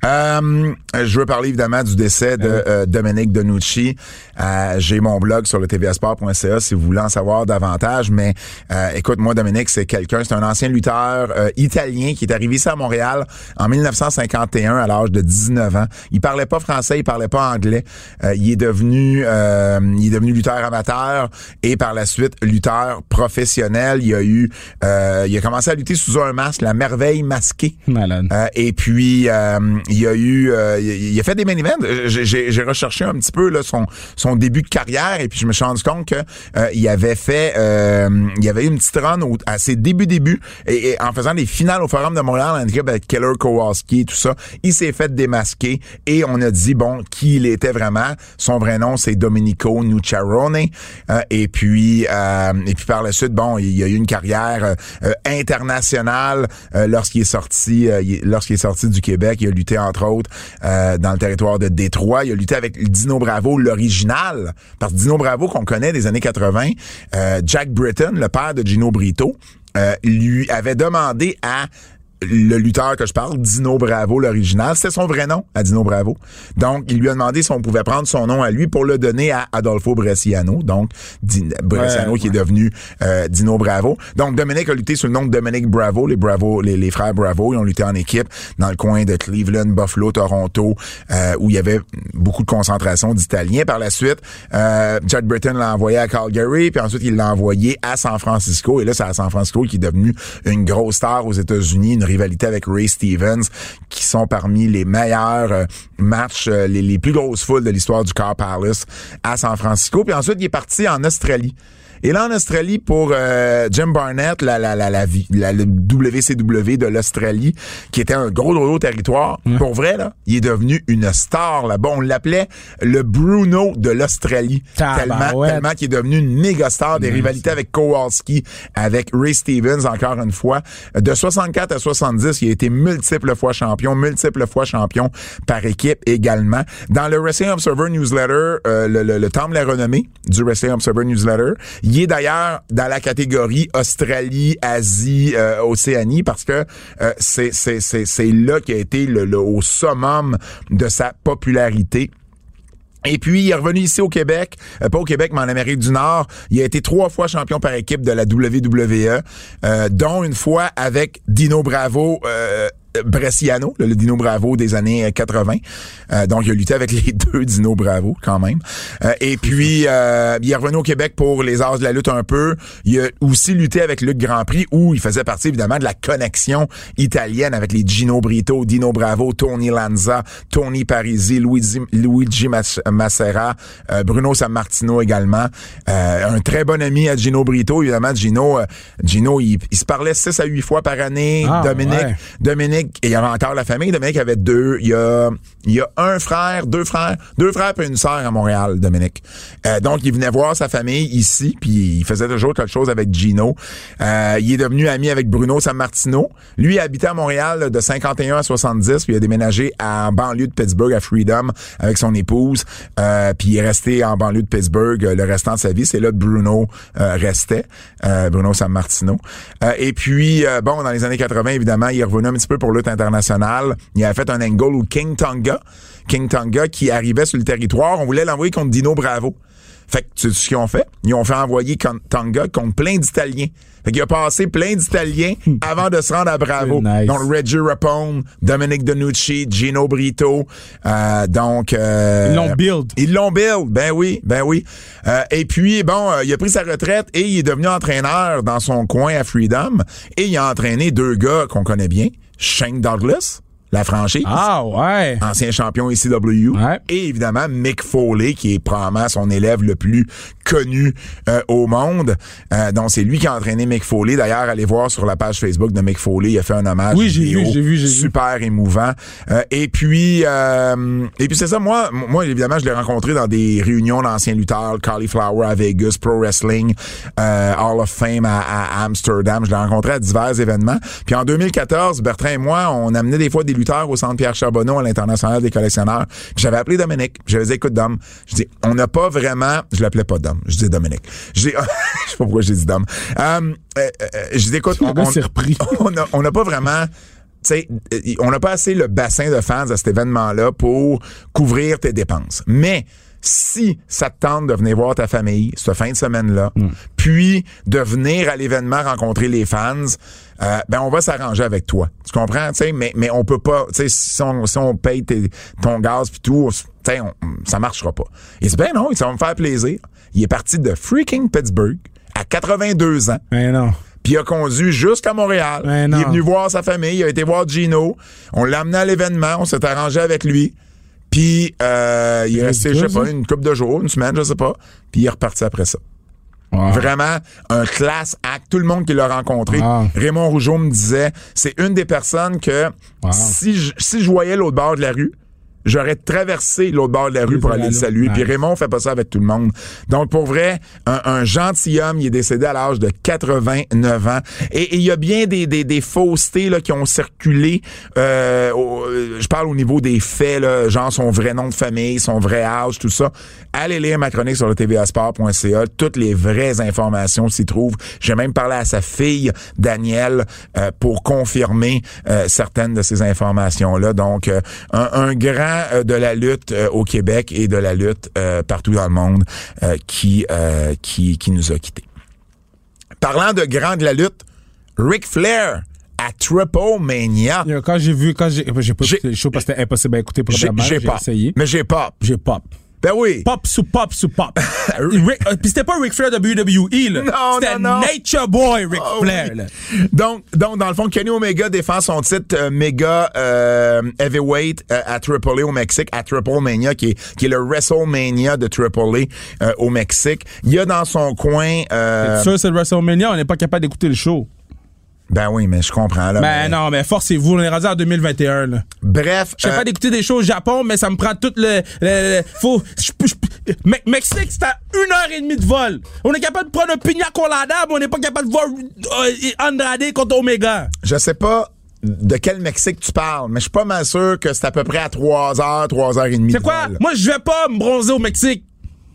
B: Euh, je veux parler évidemment du décès de euh, Dominic Donucci. Euh, j'ai mon blog sur le t v a sport point c a si vous voulez en savoir davantage, mais euh, écoute, moi, Dominic, c'est quelqu'un, c'est un ancien lutteur euh, italien qui est arrivé ici à Montréal en mille neuf cent cinquante et un à l'âge de dix-neuf ans. Il parlait pas français, il parlait pas anglais. Euh, il est devenu euh, il est devenu lutteur amateur et par la suite lutteur professionnel. Il a eu euh, il a commencé à lutter sous un masque, la merveille masquée.
C: Malade.
B: Euh, et puis euh, il a eu euh, il a fait des main events. J'ai, j'ai, j'ai recherché un petit peu là son son début de carrière et puis je me suis rendu compte que euh, il avait fait euh, il y avait eu une petite run au, à ses débuts débuts et, et en faisant des finales au Forum de Montréal en équipe avec Keller Kowalski et tout ça, il s'est fait démasquer et on a dit bon qui il était vraiment. Son vrai nom c'est Domenico Nucciarone euh, et puis euh, et puis par la suite bon il y a eu une carrière euh, internationale euh, lorsqu'il est sorti euh, il, lorsqu'il est sorti du Québec. Il a lutté entre autres euh, dans le territoire de Détroit. Il a lutté avec Dino Bravo l'original parce que Dino Bravo qu'on connaît des années quatre-vingts, euh, Jack Britton, le père de Gino Brito, euh, lui avait demandé à le lutteur que je parle, Dino Bravo, l'original, c'était son vrai nom, à Dino Bravo. Donc, il lui a demandé si on pouvait prendre son nom à lui pour le donner à Adolfo Bresciano, donc Di- Bresciano
C: Ouais,
B: qui
C: ouais.
B: est devenu euh, Dino Bravo. Donc, Dominic a lutté sous le nom de Dominic Bravo, les Bravo, les, les frères Bravo, ils ont lutté en équipe dans le coin de Cleveland, Buffalo, Toronto, euh, où il y avait beaucoup de concentration d'Italiens. Par la suite, euh, Jack Britton l'a envoyé à Calgary, puis ensuite il l'a envoyé à San Francisco, et là, c'est à San Francisco qui est devenu une grosse star aux États-Unis, une rivalité avec Ray Stevens, qui sont parmi les meilleurs euh, matchs, euh, les, les plus grosses foules de l'histoire du Cow Palace à San Francisco. Puis ensuite, il est parti en Australie. Et là, en Australie, pour euh, Jim Barnett, la, la, la, la, la, le W C W de l'Australie, qui était un gros, gros territoire, mmh. pour vrai, là, il est devenu une star là-bas. On l'appelait le Bruno de l'Australie.
C: Ah,
B: tellement,
C: bah ouais.
B: tellement qu'il est devenu une méga star, des mmh, rivalités avec Kowalski, avec Ray Stevens, encore une fois. De soixante-quatre à soixante-dix, il a été multiples fois champion, multiples fois champion par équipe également. Dans le Wrestling Observer Newsletter, euh, le, le, le temple de la renommée du Wrestling Observer Newsletter, il est d'ailleurs dans la catégorie Australie, Asie, euh, Océanie, parce que euh, c'est, c'est, c'est, c'est là qu'il a été le, le, au summum de sa popularité. Et puis, il est revenu ici au Québec, euh, pas au Québec, mais en Amérique du Nord. Il a été trois fois champion par équipe de la W W E, euh, dont une fois avec Dino Bravo, euh, Bresciano, le, le Dino Bravo des années quatre-vingts. Euh, donc, il a lutté avec les deux Dino Bravo, quand même. Euh, et puis, euh, il est revenu au Québec pour les As de la lutte un peu. Il a aussi lutté avec Lutte Grand Prix, où il faisait partie, évidemment, de la connexion italienne avec les Gino Brito, Dino Bravo, Tony Lanza, Tony Parisi, Luigi, Luigi Massera, euh, Bruno Sammartino également. Euh, un très bon ami à Gino Brito, évidemment. Gino, euh, Gino il, il se parlait six à huit fois par année. Ah, Dominique, ouais. Dominique, et il y avait encore la famille. Dominique avait deux. Il y a, il y a un frère, deux frères, deux frères et une sœur à Montréal, Dominique. Euh, donc, il venait voir sa famille ici, puis il faisait toujours quelque chose avec Gino. Euh, il est devenu ami avec Bruno Sammartino. Lui, il habitait à Montréal là, de cinquante et un à soixante-dix, puis il a déménagé en banlieue de Pittsburgh, à Freedom, avec son épouse. Euh, puis il est resté en banlieue de Pittsburgh euh, le restant de sa vie. C'est là que Bruno euh, restait, euh, Bruno Sammartino. Euh, et puis, euh, bon, dans les années quatre-vingts, évidemment, il est revenu un petit peu pour lutte internationale. Il a fait un angle où King Tonga, King Tonga qui arrivait sur le territoire, on voulait l'envoyer contre Dino Bravo. Fait que tu sais ce qu'ils ont fait? Ils ont fait envoyer Tonga contre plein d'Italiens. Fait qu'il a passé plein d'Italiens avant de se rendre à Bravo. Nice. Donc, Reggie Rapone, Dominic Donucci, Gino Brito. Euh, donc... Euh,
C: ils l'ont build.
B: Ils l'ont build. Ben oui, ben oui. Euh, et puis, bon, euh, il a pris sa retraite et il est devenu entraîneur dans son coin à Freedom. Et il a entraîné deux gars qu'on connaît bien. Shane Douglas, la franchise.
C: Ah ouais.
B: Ancien champion I C W.
C: Ouais.
B: Et évidemment, Mick Foley, qui est probablement son élève le plus connu euh, au monde. Euh, donc, c'est lui qui a entraîné Mick Foley. D'ailleurs, allez voir sur la page Facebook de Mick Foley. Il a fait un hommage.
C: Oui, j'ai vu, j'ai vu, j'ai vu.
B: Super émouvant. Euh, et puis, euh, et puis c'est ça. Moi, moi, évidemment, je l'ai rencontré dans des réunions d'anciens lutteurs, Cauliflower à Vegas, Pro Wrestling, euh, Hall of Fame à, à Amsterdam. Je l'ai rencontré à divers événements. Puis en deux mille quatorze, Bertrand et moi, on amenait des fois des lutteurs au Centre Pierre Charbonneau à l'International des collectionneurs. Puis j'avais appelé Dominique. J'avais dit, écoute, Dom, je dis, on n'a pas vraiment, je l'appelais pas Dom, je dis Dominique. Je dis, je sais pas pourquoi j'ai dit Dom. Euh, euh, je dis, écoute, on, on,
C: repris.
B: on a, on n'a pas vraiment, tu sais, on n'a pas assez le bassin de fans à cet événement-là pour couvrir tes dépenses. Mais, si ça te tente de venir voir ta famille cette fin de semaine-là, mm. puis de venir à l'événement rencontrer les fans, euh, ben on va s'arranger avec toi. Tu comprends? T'sais, mais mais on peut pas, tu sais, si on, si on paye tes, ton gaz puis tout, t'sais, on, ça marchera pas. Et c'est ben non, ça va me faire plaisir. Il est parti de freaking Pittsburgh à quatre-vingt-deux ans.
C: Ben non.
B: Puis il a conduit jusqu'à Montréal.
C: Ben
B: il est venu voir sa famille, il a été voir Gino. On l'a amené à l'événement, on s'est arrangé avec lui. Puis, euh, il est resté, je sais pas, une couple de jours, une semaine, je sais pas. Puis, il est reparti après ça. Wow. Vraiment, un class act. Tout le monde qui l'a rencontré. Wow. Raymond Rougeau me disait, c'est une des personnes que, wow. si, je, si je voyais l'autre bord de la rue, j'aurais traversé l'autre bord de la rue pour aller le saluer. Puis Raymond fait pas ça avec tout le monde. Donc, pour vrai, un, un gentilhomme, il est décédé à l'âge de quatre-vingt-neuf ans. Et il y a bien des, des, des faussetés là, qui ont circulé. Euh, au, je parle au niveau des faits, là, genre son vrai nom de famille, son vrai âge, tout ça. Allez lire ma chronique sur le t v a sport point c a. Toutes les vraies informations s'y trouvent. J'ai même parlé à sa fille, Danielle, euh, pour confirmer euh, certaines de ces informations-là. Donc, euh, un, un grand de la lutte euh, au Québec et de la lutte euh, partout dans le monde euh, qui, euh, qui qui nous a quittés. Parlant de grand de la lutte, Ric Flair à Triple Mania.
C: Quand j'ai vu, quand j'ai, j'ai pas écouté le show parce que c'était impossible à écouter pour
B: j'ai, j'ai, j'ai essayé. Mais j'ai pop.
C: J'ai pop.
B: Ben oui.
C: Pop sous pop sous pop. Rick, euh, Puis c'était pas Ric Flair W W E, là.
B: Non,
C: c'était
B: non, non.
C: Nature Boy Ric oh, Flair,
B: oui.
C: là.
B: Donc, donc, dans le fond, Kenny Omega défend son titre euh, méga euh, heavyweight euh, à Triple A au Mexique, à Triple Mania, qui est, qui est le WrestleMania de Triple A euh, au Mexique. Il y a dans son coin... Euh,
C: c'est sûr, c'est le WrestleMania, on n'est pas capable d'écouter le show.
B: Ben oui, mais je comprends. Là,
C: ben mais... non, mais forcez-vous, on est rendu en deux mille vingt et un. Là.
B: Bref.
C: Je sais euh... pas d'écouter des shows au Japon, mais ça me prend tout le... le, le faut... Je, je, me, Mexique, c'est à une heure et demie de vol. On est capable de prendre un pina colada, mais on n'est pas capable de voir euh, Andrade contre Omega.
B: Je sais pas de quel Mexique tu parles, mais je suis pas mal sûr que c'est à peu près à trois heures, trois heures et demie.
C: C'est quoi? Vol. Moi, je vais pas me bronzer au Mexique.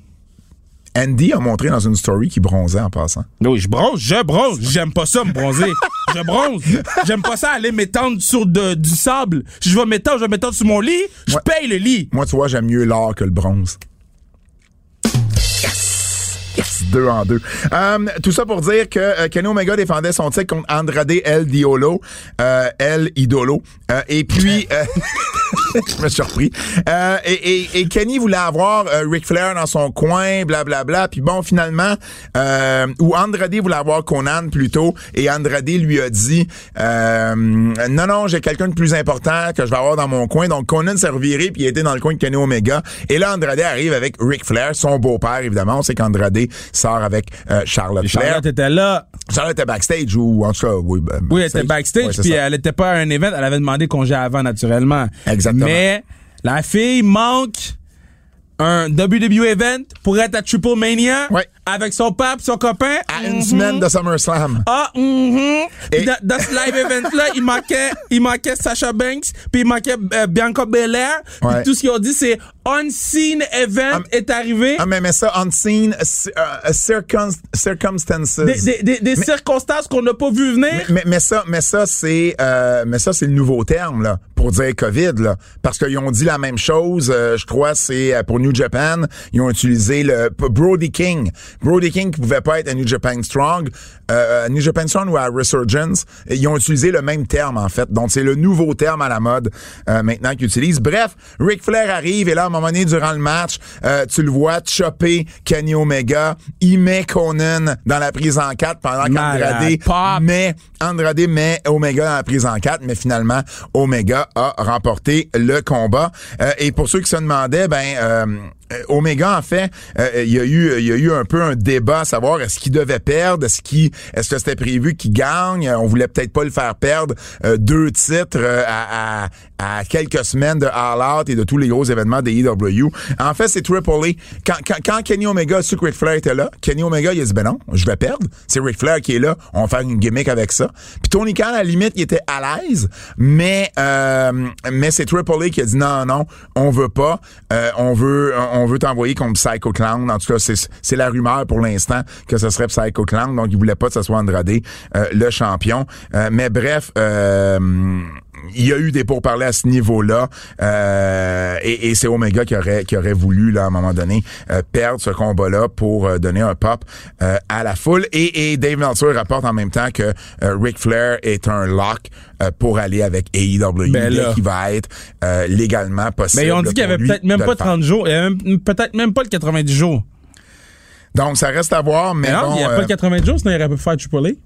B: Andy a montré dans une story qu'il bronzait en passant.
C: Oui, je bronze, je bronze. J'aime pas ça, me bronzer. Je bronze. J'aime pas ça aller m'étendre sur de, du sable. Si je vais m'étendre, je vais m'étendre sur mon lit. Je moi, paye le lit.
B: Moi, tu vois, j'aime mieux l'or que le bronze. Yes! Yes! deux en deux. Euh, tout ça pour dire que euh, Kenny Omega défendait son titre contre Andrade El Idolo. Euh, El Idolo. Euh, et puis... Euh, je me suis surpris. Euh, et, et, et Kenny voulait avoir euh, Ric Flair dans son coin, blablabla. Bla, bla. Puis bon, finalement, euh, ou Andrade voulait avoir Conan plutôt, et Andrade lui a dit euh, non, non, j'ai quelqu'un de plus important que je vais avoir dans mon coin. Donc Conan s'est reviré, puis il était dans le coin de Kenny Omega. Et là, Andrade arrive avec Ric Flair, son beau-père, évidemment. On sait qu'Andrade sort avec euh, Charlotte
C: et
B: Flair.
C: Charlotte était là.
B: Charlotte était backstage, ou en tout cas, oui. Ben,
C: oui, elle était backstage,
B: ouais,
C: puis
B: ça.
C: elle était pas à un événement, elle avait demandé congé avant, naturellement.
B: Exactement.
C: Mais la fille manque un W W E event pour être à Triple Mania
B: ouais.
C: avec son père et son copain.
B: À une
C: mm-hmm.
B: semaine de SummerSlam.
C: Ah, mm-hmm. Et dans, dans ce live event-là, il manquait, il manquait Sasha Banks, puis il manquait euh, Bianca Belair. Ouais. Tout ce qu'ils ont dit, c'est Unseen Event um, est arrivé.
B: Ah, mais, mais ça, Unseen uh, circum, Circumstances.
C: Des, des, des, des mais, circonstances qu'on n'a pas vu venir.
B: Mais, mais, mais ça, mais ça c'est euh, mais ça, c'est le nouveau terme, là, pour dire COVID, là. Parce qu'ils ont dit la même chose, euh, je crois, c'est pour New Japan. Ils ont utilisé le Brody King. Brody King qui pouvait pas être à New Japan Strong, euh, New Japan Strong ou à Resurgence. Ils ont utilisé le même terme, en fait. Donc, c'est le nouveau terme à la mode euh, maintenant qu'ils utilisent. Bref, Ric Flair arrive et là, à un moment donné, durant le match, euh, tu le vois chopper Kenny Omega. Il met Conan dans la prise en quatre pendant qu'Andrade met, Andrade met Omega dans la prise en quatre, mais finalement, Omega a remporté le combat. Euh, et pour ceux qui se demandaient, ben... Euh, Omega, en fait, euh, il y a eu, il y a eu un peu un débat à savoir est-ce qu'il devait perdre, est-ce qu'il, est-ce que c'était prévu qu'il gagne. On voulait peut-être pas le faire perdre euh, deux titres euh, à, à, à quelques semaines de All Out et de tous les gros événements des E W. En fait, c'est Triple A. Quand, quand, quand Kenny Omega a su que Ric Flair était là, Kenny Omega, il a dit ben non, je vais perdre. C'est Ric Flair qui est là, on va faire une gimmick avec ça. Puis Tony Khan, à la limite, il était à l'aise, mais euh, mais c'est Triple A qui a dit non, non, on veut pas, euh, on veut, on veut t'envoyer contre Psycho Clown. En tout cas, c'est, c'est la rumeur pour l'instant que ce serait Psycho Clown. Donc, il voulait pas que ce soit Andrade, euh, le champion. Euh, mais bref, euh, il y a eu des pourparlers à ce niveau-là. Euh, et, et c'est Omega qui aurait, qui aurait voulu, là, à un moment donné, euh, perdre ce combat-là pour euh, donner un pop euh, à la foule. Et, et Dave Meltzer rapporte en même temps que euh, Ric Flair est un lock euh, pour aller avec A E W, ben dès qu'il va être euh, légalement possible.
C: Mais ils ont dit qu'il y avait peut-être même pas trente jours. Il y avait même, peut-être même pas le quatre-vingt-dix jours.
B: Donc, ça reste à voir, mais, mais non, bon...
C: il n'y a euh, pas le quatre-vingt-dix jours, sinon il aurait pu faire Triple A.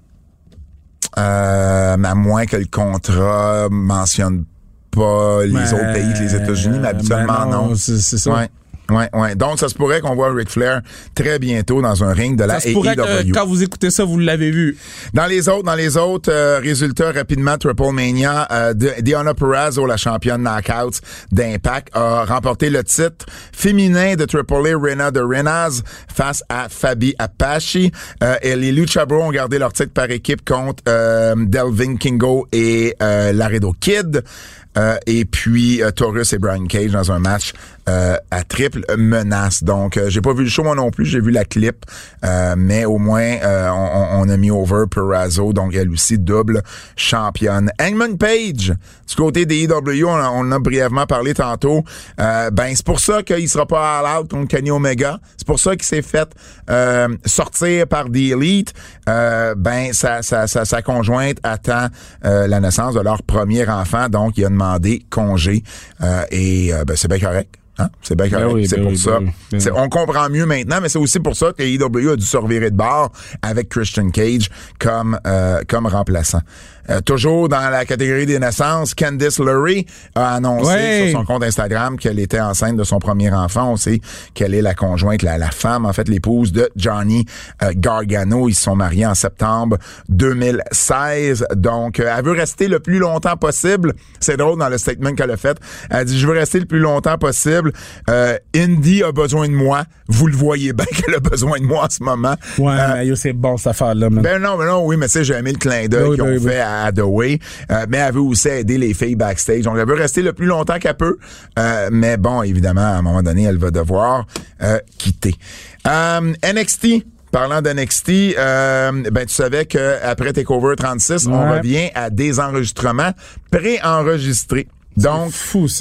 B: Euh, à moins que le contrat mentionne pas les ben, autres pays que les États-Unis, mais habituellement
C: ben non.
B: non.
C: C'est, c'est ça.
B: Ouais. Ouais, ouais. Donc, ça se pourrait qu'on voit Ric Flair très bientôt dans un ring de la A E W. Ça se pourrait que,
C: quand vous écoutez ça, vous l'avez vu.
B: Dans les autres, dans les autres euh, résultats rapidement, Triple Mania, euh, Deonna Purrazzo, la championne Knockouts d'Impact, a remporté le titre féminin de Triple A, Rena de Renas, face à Fabi Apache. Euh, et les Lucha Bros ont gardé leur titre par équipe contre euh, Delvin Kingo et euh, Laredo Kid. Euh, et puis euh, Taurus et Brian Cage dans un match euh, à triple menace. Donc, euh, j'ai pas vu le show moi non plus, j'ai vu la clip, euh, mais au moins euh, on, on a mis over Purrazzo, donc elle aussi double championne. Hangman Page, du côté des E W, on, on en a brièvement parlé tantôt. Euh, ben c'est pour ça qu'il sera pas all out contre Kenny Omega. C'est pour ça qu'il s'est fait euh, sortir par The Elite. Euh, ben sa, sa, sa, sa conjointe attend euh, la naissance de leur premier enfant, donc il a demandé congé euh, et euh, ben c'est bien correct. Hein? C'est bien correct. Ben oui, c'est ben pour oui, ça. Ben oui, c'est, on comprend mieux maintenant, mais c'est aussi pour ça que E W a dû se revirer de bord avec Christian Cage comme euh, comme remplaçant. Euh, toujours dans la catégorie des naissances, Candice LeRae a annoncé ouais. sur son compte Instagram qu'elle était enceinte de son premier enfant. On sait qu'elle est la conjointe, la, la femme, en fait, l'épouse de Johnny euh, Gargano. Ils se sont mariés en septembre deux mille seize. Donc, euh, elle veut rester le plus longtemps possible. C'est drôle dans le statement qu'elle a fait. Elle dit, je veux rester le plus longtemps possible. Euh, Indy a besoin de moi. Vous le voyez bien qu'elle a besoin de moi en ce moment.
C: Ouais, euh, mais yo, c'est bon, cette affaire-là, man.
B: Ben non, mais non, oui, mais tu sais, j'ai aimé le clin d'œil oui, qu'ils oui, ont oui. fait à The Way, euh, mais elle veut aussi aider les filles backstage. Donc, elle veut rester le plus longtemps qu'elle peut, euh, mais bon, évidemment, à un moment donné, elle va devoir euh, quitter. Euh, N X T, parlant d'N X T, euh, ben tu savais qu'après TakeOver trente-six, ouais. on revient à des enregistrements pré-enregistrés. Donc,
C: c'est fou, ça.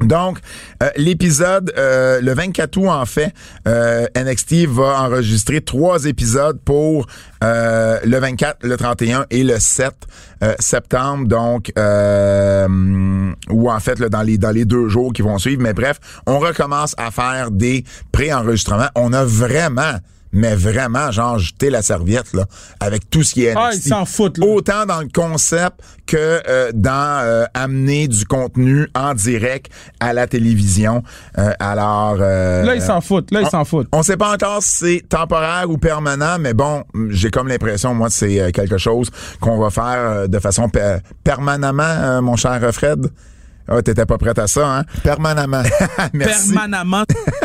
B: Donc, euh, l'épisode, euh, le vingt-quatre août, en fait, euh, N X T va enregistrer trois épisodes pour euh, le vingt-quatre, le trente et un et le sept euh, septembre. Donc, euh, ou en fait, là, dans les dans les deux jours qui vont suivre. Mais bref, on recommence à faire des pré-enregistrements. On a vraiment... mais vraiment, genre, jeter la serviette, là, avec tout ce qui est N X T.
C: Ah, ils s'en foutent, là.
B: Autant dans le concept que euh, dans euh, amener du contenu en direct à la télévision. Euh, alors... Euh,
C: là, ils s'en foutent. Là, ils
B: on,
C: s'en foutent.
B: On sait pas encore si c'est temporaire ou permanent, mais bon, j'ai comme l'impression, moi, que c'est quelque chose qu'on va faire de façon per- permanemment, euh, mon cher Fred. Ah, oh, t'étais pas prête à ça, hein? Permanemment. Merci.
C: Permanemment.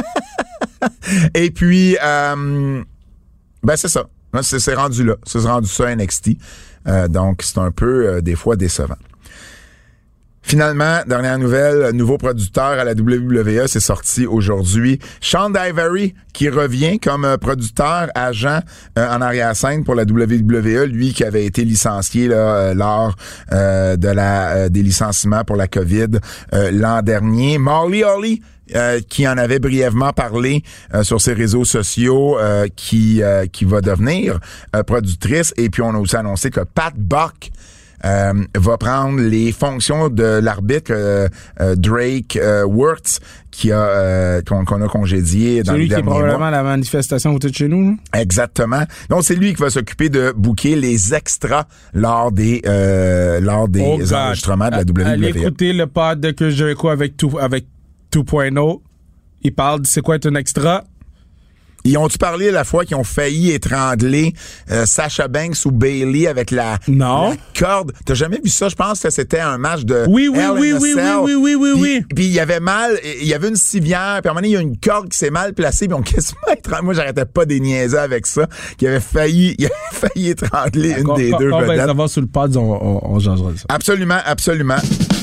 B: Et puis, euh, ben c'est ça. C'est, c'est rendu là. C'est rendu ça N X T. Euh, donc, c'est un peu, euh, des fois, décevant. Finalement, dernière nouvelle, nouveau producteur à la W W E, c'est sorti aujourd'hui. Sean Daivari, qui revient comme euh, producteur, agent euh, en arrière-scène pour la W W E, lui qui avait été licencié là, euh, lors euh, de la euh, des licenciements pour la COVID euh, l'an dernier. Molly Holly, Euh, qui en avait brièvement parlé euh, sur ses réseaux sociaux, euh, qui euh, qui va devenir euh, productrice. Et puis on a aussi annoncé que Pat Buck euh, va prendre les fonctions de l'arbitre euh, euh, Drake euh, Wirtz, qui a euh, qu'on, qu'on a congédié dans les derniers mois.
C: Celui qui est probablement la manifestation côté de chez nous. Hein?
B: Exactement. Donc c'est lui qui va s'occuper de booker les extras lors des euh, lors des
C: oh
B: enregistrements de la W W E.
C: Allez écouter le pod de Que Jericho avec tout avec deux point oh. Il parle de c'est quoi être un extra.
B: Ils ont-tu parlé la fois qu'ils ont failli étrangler euh, Sasha Banks ou Bayley avec la,
C: non.
B: la corde? T'as jamais vu ça? Je pense que c'était un match de
C: oui, oui,
B: Hell
C: oui,
B: in a
C: oui,
B: Cell.
C: oui, oui, oui, oui, oui.
B: Puis il y avait mal, il y avait une civière, puis à un moment donné, il y a une corde qui s'est mal placée, puis on quasiment étrangler. Moi, j'arrêtais pas des niaiser avec ça, qu'il avait failli, il avait failli étrangler une
C: quand,
B: des
C: quand,
B: deux
C: quand
B: vedettes.
C: On va savoir sur le pod, on, on, on jasera de ça.
B: Absolument, absolument.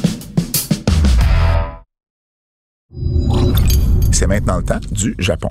B: C'est maintenant le temps du Japon.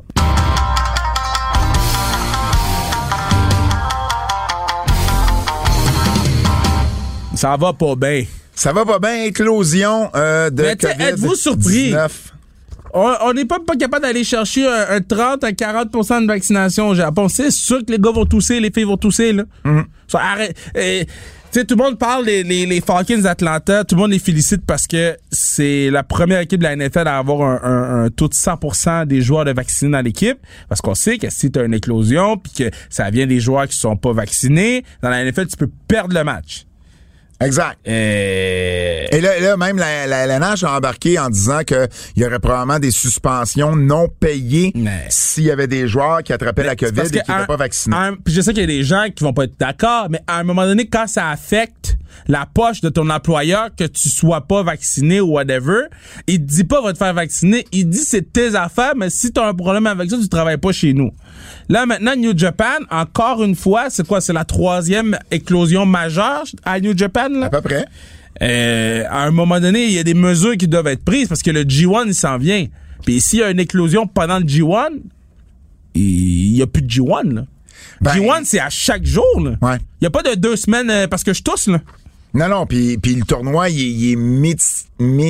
C: Ça va pas bien.
B: Ça va pas bien, éclosion euh, de
C: Mais
B: COVID dix-neuf.
C: Êtes-vous surpris? On n'est pas, pas capable d'aller chercher un, un trente à quarante pour cent de vaccination au Japon. C'est sûr que les gars vont tousser, les filles vont tousser. Là. Mm-hmm. So, arrête. Et, tu sais, tout le monde parle des les, les Falcons d'Atlanta. Tout le monde les félicite parce que c'est la première équipe de la N F L à avoir un, un, un taux de cent pour cent des joueurs de vaccinés dans l'équipe. Parce qu'on sait que si tu as une éclosion puis que ça vient des joueurs qui sont pas vaccinés, dans la N F L, tu peux perdre le match.
B: Exact.
C: Et,
B: Et là, là, même la, la, la N H a embarqué en disant qu'il y aurait probablement des suspensions non payées mais... s'il y avait des joueurs qui attrapaient mais la COVID et qui n'étaient pas vaccinés.
C: Un, puis je sais qu'il y a des gens qui vont pas être d'accord, mais à un moment donné, quand ça affecte la poche de ton employeur, que tu sois pas vacciné ou whatever, il te dit pas va te faire vacciner, il dit c'est tes affaires, mais si t'as un problème avec ça, tu travailles pas chez nous. Là, maintenant, New Japan, encore une fois, c'est quoi? C'est la troisième éclosion majeure à New Japan, là?
B: À peu près.
C: Euh, à un moment donné, il y a des mesures qui doivent être prises parce que le G un, il s'en vient. Puis s'il y a une éclosion pendant le G un, il y a plus de G un, là. Ben, G un, c'est à chaque jour, là.
B: Ouais.
C: Il y a pas de deux semaines euh, parce que je tousse, là.
B: Non, non, puis puis le tournoi, il, il est méti-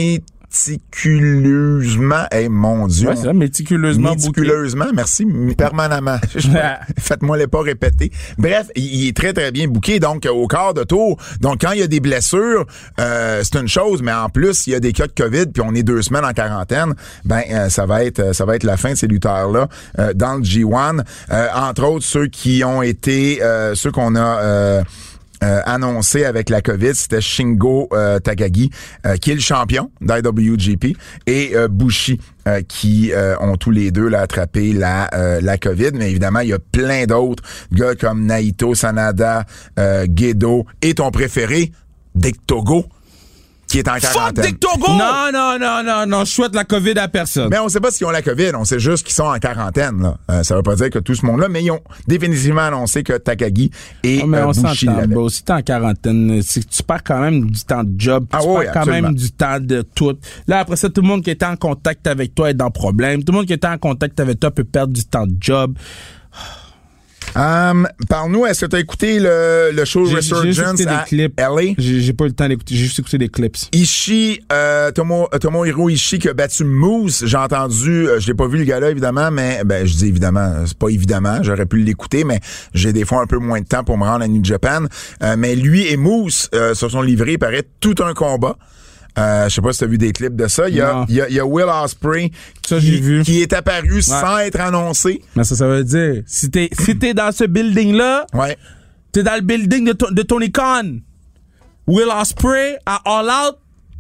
B: méticuleusement, hey, mon Dieu.
C: Ouais, c'est ça, méticuleusement.
B: Méticuleusement, booké. Merci, permanemment. Faites-moi-les pas répéter. Bref, il est très, très bien booké, donc au quart de tour. Donc, quand il y a des blessures, euh, c'est une chose, mais en plus, il y a des cas de COVID, puis on est deux semaines en quarantaine, ben euh, ça va être ça va être la fin de ces lutteurs-là euh, dans le G un. Euh, entre autres, ceux qui ont été, euh, ceux qu'on a... Euh, Euh, annoncé avec la COVID, c'était Shingo euh, Takagi, euh, qui est le champion d'I W G P, et euh, Bushi, euh, qui euh, ont tous les deux là, attrapé la euh, la COVID. Mais évidemment, il y a plein d'autres gars comme Naito, Sanada, euh, Gedo, et ton préféré, Dick Togo, qui est en quarantaine.
C: Fuck Dick Togo! Non, non, non, non, non, je souhaite la COVID à personne.
B: Mais on sait pas s'ils ont la COVID, on sait juste qu'ils sont en quarantaine, là. Euh, ça veut pas dire que tout ce monde-là, mais ils ont définitivement annoncé que Takagi et
C: oh, mais
B: euh,
C: on
B: Bushi
C: s'entend,
B: l'avaient.
C: bro. Si t'es en quarantaine, c'est que tu perds quand même du temps de job,
B: ah,
C: tu
B: oui,
C: perds quand
B: absolument.
C: même du temps de tout. Là, après ça, tout le monde qui était en contact avec toi est dans problème. Tout le monde qui était en contact avec toi peut perdre du temps de job.
B: Um, Parle-nous, est-ce que tu as écouté le, le show
C: J'ai,
B: Resurgence
C: j'ai
B: à
C: clips.
B: L A?
C: J'ai, j'ai pas eu le temps d'écouter, j'ai juste écouté des clips.
B: Ishii, euh, Tomo, Tomohiro Ishii qui a battu Moose. J'ai entendu, euh, je l'ai pas vu le gars-là évidemment, mais ben je dis évidemment, c'est pas évidemment, j'aurais pu l'écouter, mais j'ai des fois un peu moins de temps pour me rendre à New Japan. Euh, mais lui et Moose euh, se sont livrés, il paraît, tout un combat. Euh, je sais pas si tu as vu des clips de ça. Il y a, il y a, il y a Will Ospreay
C: ça,
B: qui,
C: j'ai vu.
B: qui est apparu ouais. sans être annoncé.
C: Mais ça, ça veut dire, si t'es, si t'es dans ce building-là,
B: ouais.
C: t'es dans le building de, to- de Tony Khan. Will Ospreay à All Out.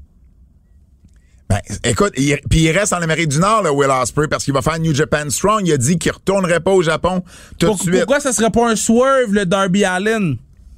B: Ben, écoute, il, puis il reste en Amérique du Nord, là, Will Ospreay, parce qu'il va faire New Japan Strong. Il a dit qu'il retournerait pas au Japon tout
C: Pour,
B: de suite.
C: Pourquoi ça serait pas un swerve, le Darby Allin?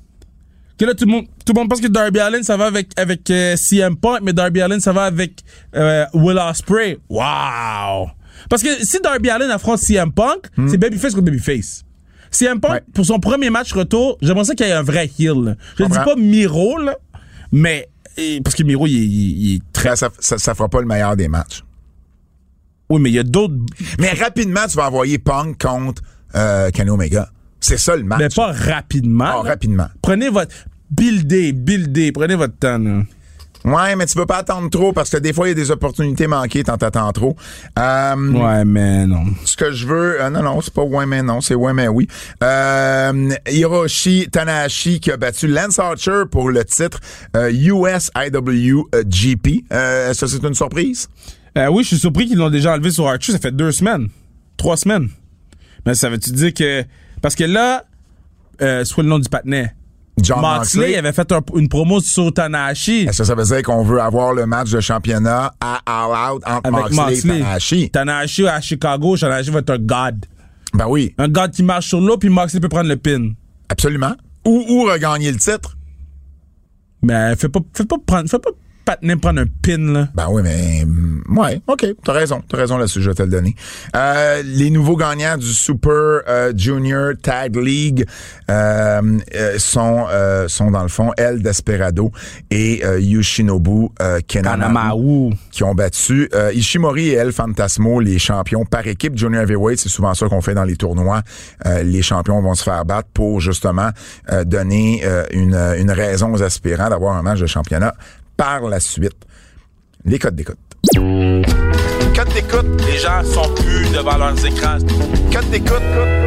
C: Que là, tout le monde, tout le monde pense que Darby Allin, ça va avec, avec euh, C M Punk, mais Darby Allin, ça va avec euh, Will Ospreay. Wow! Parce que si Darby Allin affronte C M Punk, hmm. c'est Babyface contre Babyface. C M Punk, ouais. pour son premier match retour, j'aimerais ça qu'il y ait un vrai heel. Là. Je ne dis pas Miro, là, mais... Et, parce que Miro, il, il, il est très...
B: Ben, ça, ça, ça fera pas le meilleur des matchs.
C: Oui, mais il y a d'autres...
B: Mais rapidement, tu vas envoyer Punk contre euh, Kenny Omega. C'est ça le match.
C: Mais pas rapidement.
B: Oh, rapidement.
C: Prenez votre... Buildez, buildez. Prenez votre temps, là.
B: Ouais, mais tu peux pas attendre trop parce que des fois, il y a des opportunités manquées quand t'attends trop. Euh,
C: ouais, mais non.
B: Ce que je veux... Euh, non, non, c'est pas ouais, mais non. C'est ouais, mais oui. Euh, Hiroshi Tanahashi qui a battu Lance Archer pour le titre euh, U S I W G P. Euh, est-ce que c'est une surprise?
C: Euh, oui, je suis surpris qu'ils l'ont déjà enlevé sur Archer. Ça fait deux semaines. Trois semaines. Mais ça veut-tu dire que... Parce que là, euh, c'est quoi le nom du patinet?
B: John
C: Moxley,
B: Moxley
C: avait fait un, une promo sur Tanahashi.
B: Est-ce que ça veut dire qu'on veut avoir le match de championnat à All Out entre Moxley, Moxley et Tanahashi?
C: Tanahashi à Chicago, Tanahashi va être un god.
B: Ben oui.
C: Un god qui marche sur l'eau, puis Moxley peut prendre le pin.
B: Absolument. Ou, ou regagner le titre.
C: Ben, fais pas, fais pas prendre, fais pas patinet prendre un pin, là.
B: Ben oui, mais... Ouais, OK, t'as raison. T'as raison là-dessus, je vais te le donner. Euh, les nouveaux gagnants du Super euh, Junior Tag League euh, euh, sont, euh, sont dans le fond El Desperado et euh, Yoshinobu euh, Kanemaru qui ont battu euh, Ishimori et El Fantasmo, les champions par équipe Junior Heavyweight. C'est souvent ça qu'on fait dans les tournois. Euh, les champions vont se faire battre pour justement euh, donner euh, une, une raison aux aspirants d'avoir un match de championnat par la suite. Les codes d'écoute. Codes d'écoute.
C: Les gens sont plus devant leurs écrans.
B: Codes d'écoute.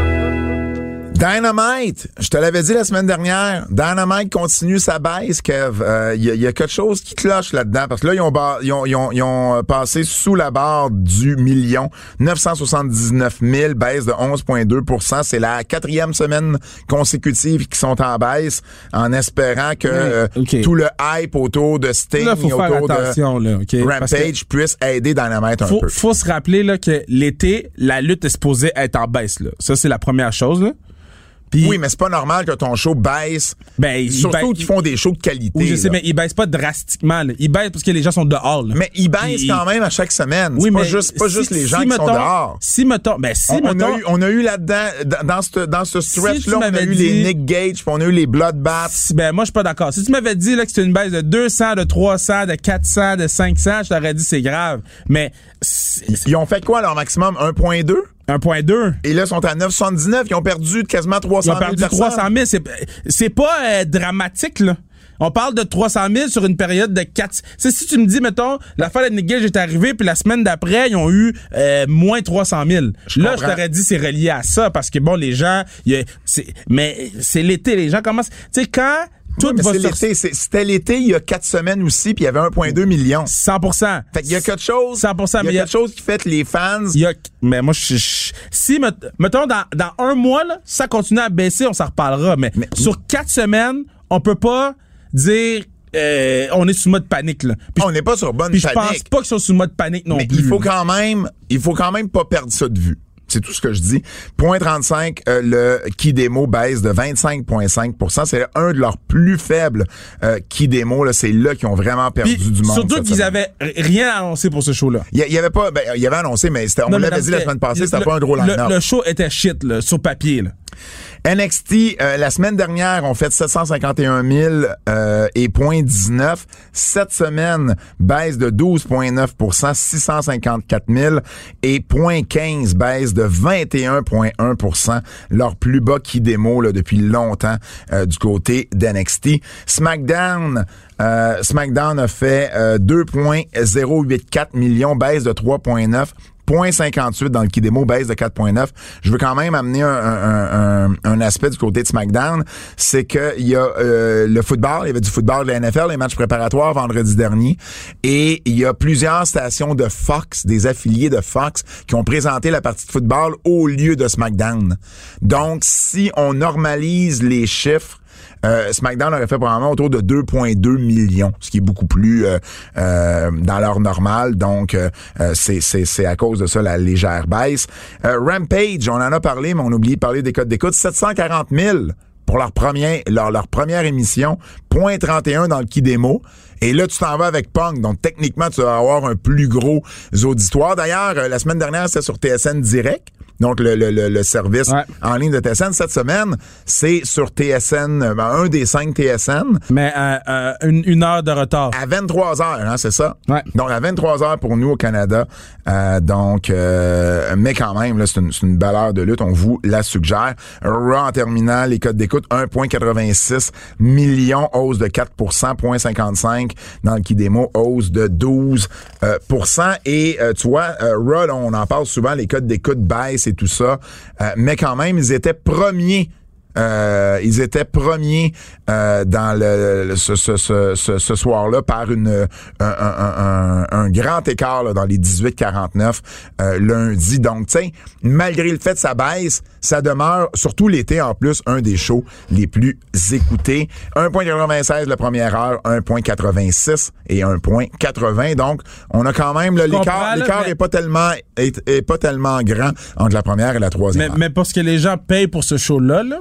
B: Dynamite, je te l'avais dit la semaine dernière, Dynamite continue sa baisse, Kev. Il euh, y, y a quelque chose qui cloche là-dedans, parce que là, ils ont, bar, ils ont, ils ont, ils ont passé sous la barre du million, neuf cent soixante-dix-neuf mille, baisse de onze virgule deux pour cent. C'est la quatrième semaine consécutive qui sont en baisse, en espérant que euh, okay. tout le hype autour de Sting
C: là, faut
B: et autour
C: de là, okay?
B: Rampage puisse aider Dynamite un
C: faut,
B: peu.
C: Faut se rappeler là, que l'été, la lutte est supposée être en baisse. Là. Ça, c'est la première chose. Là.
B: Pis, oui, mais c'est pas normal que ton show baisse.
C: Ben,
B: surtout
C: baisse,
B: qu'ils font des shows de qualité.
C: Oui, je sais,
B: là.
C: mais ils baissent pas drastiquement. Là. Ils baissent parce que les gens sont dehors. Là.
B: Mais ils baissent il, quand même à chaque semaine. Oui, c'est mais pas juste, pas si, juste les gens si qui mettons, sont dehors.
C: Si mettons, ben si
B: on,
C: mettons,
B: on a eu, on a eu là-dedans, dans ce dans ce stretch
C: si
B: là, on a eu dit, les Nick Gage, puis on a eu les Bloodbath.
C: Si, ben moi je suis pas d'accord. Si tu m'avais dit là que c'était une baisse de deux cents, de trois cents, de quatre cents, de cinq cents, je t'aurais dit c'est grave. Mais c'est,
B: ils ont fait quoi leur maximum, un virgule deux?
C: un virgule deux.
B: Et là, ils sont à neuf virgule soixante-dix-neuf. Ils ont perdu quasiment trois cent mille.
C: Ils ont perdu trois cent mille. C'est, c'est pas euh, dramatique, là. On parle de trois cent mille sur une période de quatre... C'est si tu me dis, mettons, l'affaire de Nick Gage est arrivée, puis la semaine d'après, ils ont eu euh, moins trois cent mille. Je là, comprends. Je t'aurais dit c'est relié à ça, parce que, bon, les gens... Y a, c'est, mais c'est l'été, les gens commencent... Tu sais, quand... Tout
B: oui,
C: va
B: c'est l'été. C'est, c'était l'été il y a quatre semaines aussi, puis il y avait un virgule deux million.
C: cent pour cent.
B: Fait qu'il y a quelque chose.
C: cent pour cent.
B: Il y a quelque chose qui fait que les fans.
C: Il y a, mais moi, je, je, si, mettons, dans, dans un mois, là, ça continue à baisser, on s'en reparlera. Mais, mais sur quatre semaines, on peut pas dire, euh, on est sous mode panique, là. Puis,
B: on n'est pas sur bonne
C: puis
B: panique.
C: Je pense pas qu'ils sont sous mode panique non
B: mais
C: plus.
B: il faut quand même, il faut quand même pas perdre ça de vue. C'est tout ce que je dis. Point trente-cinq, euh, le Kidemo baisse de vingt-cinq virgule cinq pour cent. C'est un de leurs plus faibles euh, Kidemo. Là, c'est là qu'ils ont vraiment perdu
C: Puis,
B: du monde.
C: Surtout qu'ils avaient rien annoncé pour ce show-là.
B: Il y, y avait pas, ben, il y avait annoncé, mais c'était, on non, l'avait dit la semaine passée, le, c'était le, pas un gros line-up.
C: Le, le show était shit, là, sur papier, là.
B: N X T, euh, la semaine dernière, on fait sept cent cinquante et un mille euh, et point dix-neuf. Cette semaine, baisse de douze virgule neuf pour cent, six cent cinquante-quatre mille et point quinze, baisse de vingt et un virgule un pour cent. Leur plus bas qui démo là, depuis longtemps euh, du côté d'N X T. SmackDown, euh, SmackDown a fait euh, deux virgule zéro quatre millions, baisse de trois virgule neuf. point cinquante-huit dans le qui démo, baisse de quatre virgule neuf. Je veux quand même amener un, un, un, un aspect du côté de SmackDown, c'est que il y a euh, le football, il y avait du football de la N F L, les matchs préparatoires vendredi dernier, et il y a plusieurs stations de Fox, des affiliés de Fox, qui ont présenté la partie de football au lieu de SmackDown. Donc, si on normalise les chiffres, Euh, SmackDown aurait fait probablement autour de deux virgule deux millions, ce qui est beaucoup plus euh, euh, dans l'heure normale. Donc, euh, c'est, c'est, c'est à cause de ça la légère baisse. Euh, Rampage, on en a parlé, mais on a oublié de parler des codes d'écoute. sept cent quarante mille pour leur, premier, leur, leur première émission. point trente et un dans le qui démo. Et là, tu t'en vas avec Punk. Donc, techniquement, tu vas avoir un plus gros auditoire. D'ailleurs, euh, la semaine dernière, c'était sur T S N Direct. Donc, le, le, le service ouais. en ligne de T S N. Cette semaine, c'est sur T S N, ben, un des cinq T S N.
C: Mais euh, euh, une, une heure de retard.
B: À vingt-trois heures, hein, c'est ça?
C: Ouais.
B: Donc, à vingt-trois heures pour nous au Canada. Euh, donc, euh, mais quand même, là, c'est une, c'est une belle heure de lutte. On vous la suggère. Raw en terminant, les codes d'écoute, un virgule quatre-vingt-six millions, hausse de quatre pour cent, zéro virgule cinquante-cinq dans le qui démo, hausse de douze pour cent. Et euh, tu vois, euh, Raw, là, on en parle souvent, les codes d'écoute baissent et tout ça, euh, mais quand même, ils étaient premiers. Euh, ils étaient premiers euh, dans le, le ce, ce, ce, ce, ce soir-là par une un, un, un, un grand écart là, dans les dix-huit quarante-neuf euh, lundi. Donc, tu sais, malgré le fait que ça baisse, ça demeure, surtout l'été en plus, un des shows les plus écoutés. un virgule quatre-vingt-seize la première heure, un virgule quatre-vingt-six et un virgule quatre-vingts. Donc, on a quand même là, l'écart. L'écart mais... est pas tellement est, est pas tellement grand entre la première et la troisième
C: mais,
B: heure.
C: Mais parce que les gens payent pour ce show-là, là.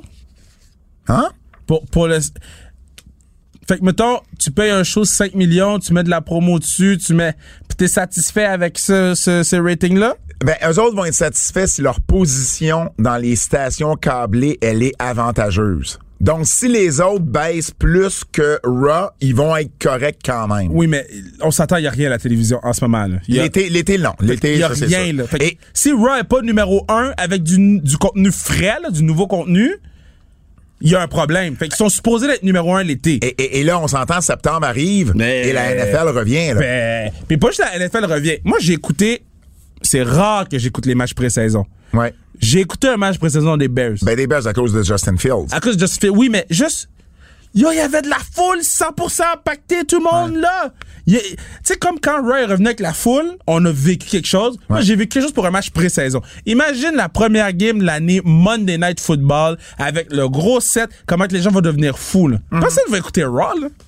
B: Hein?
C: Pour, pour le... Fait que, mettons, tu payes un show cinq millions, tu mets de la promo dessus, tu mets... Pis t'es satisfait avec ce, ce, ce rating-là?
B: Ben, eux autres vont être satisfaits si leur position dans les stations câblées, elle est avantageuse. Donc, si les autres baissent plus que Raw, ils vont être corrects quand même.
C: Oui, mais on s'attend, il n'y a rien à la télévision en ce moment. Là. Y a...
B: L'été, l'été, non. L'été,
C: il n'y a
B: ça,
C: rien, là. Fait Et... Si Raw n'est pas numéro un avec du, du contenu frais, là, du nouveau contenu, il y a un problème. Fait qu'ils sont supposés être numéro un l'été.
B: Et, et, et là, on s'entend, septembre arrive mais, et la N F L revient. Là.
C: Ben, puis pas juste la N F L revient. Moi, j'ai écouté... C'est rare que j'écoute les matchs pré-saison.
B: Ouais.
C: J'ai écouté un match pré-saison des Bears.
B: Ben, des Bears à cause de Justin Fields.
C: À cause de Justin Fields, oui, mais juste... Yo, il y avait de la foule, cent pour cent impacté, tout le monde, ouais. là. Tu sais, comme quand Roy est revenu avec la foule, on a vécu quelque chose. Ouais. Moi, j'ai vécu quelque chose pour un match pré-saison. Imagine la première game de l'année Monday Night Football avec le gros set, comment que les gens vont devenir fous, là. Mm-hmm. Personne va écouter Raw, là.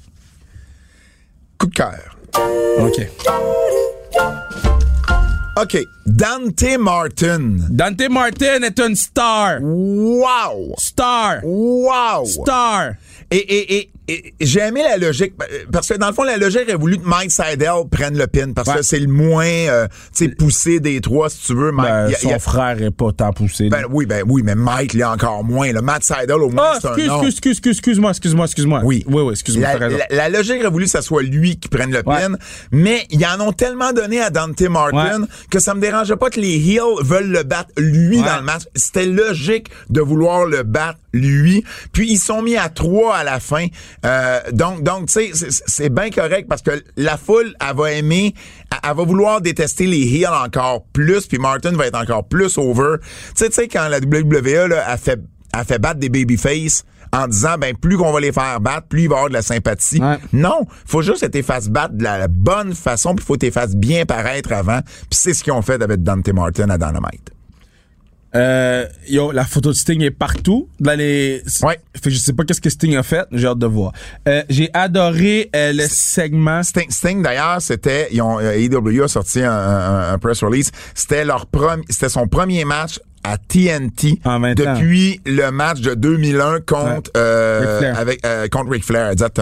B: Coup de cœur.
C: OK.
B: OK. Dante Martin.
C: Dante Martin est une star.
B: Wow.
C: Star.
B: Wow.
C: Star.
B: Et, et, et, et j'ai aimé la logique, parce que dans le fond, la logique a voulu que Mike Seidel prenne le pin, parce ouais. que c'est le moins euh, tu sais, poussé des trois, si tu veux. Mike,
C: ben,
B: y a,
C: son
B: y a...
C: frère est pas tant poussé.
B: Ben, oui, ben oui, mais Mike l'est encore moins. Là. Matt Seidel, au moins,
C: oh,
B: c'est
C: excuse,
B: un nom.
C: excuse, excuse, excuse-moi, excuse-moi, excuse-moi.
B: Oui.
C: Oui, oui, excuse-moi.
B: La, la, la logique a voulu que ça soit lui qui prenne le ouais. pin, mais ils en ont tellement donné à Dante Martin ouais. que ça me dérangeait pas que les Heels veulent le battre lui ouais. dans le match. C'était logique de vouloir le battre lui. Puis ils sont mis à trois à la fin. Euh, donc, donc, tu sais, c'est, c'est bien correct parce que la foule, elle va aimer, elle, elle va vouloir détester les Heels encore plus, puis Martin va être encore plus over. Tu sais, tu sais, quand la W W E, là, a fait, a fait battre des babyface en disant, ben, plus qu'on va les faire battre, plus il va y avoir de la sympathie. Ouais. Non, faut juste que t'es fasses battre de la, la bonne façon, puis faut que t'es fasses bien paraître avant. Puis c'est ce qu'ils ont fait avec Dante Martin à Dynamite.
C: Euh, yo, la photo de Sting est partout. Dans les...
B: Ouais.
C: Fait que je sais pas qu'est-ce que Sting a fait. J'ai hâte de voir. Euh, j'ai adoré euh, le segment.
B: Sting, Sting d'ailleurs, c'était, ils ont, A E W a sorti un, un, un press release. C'était leur premier, c'était son premier match à T N T depuis le match de deux mille un contre
C: ouais.
B: euh, avec euh, contre Ric Flair, exactement.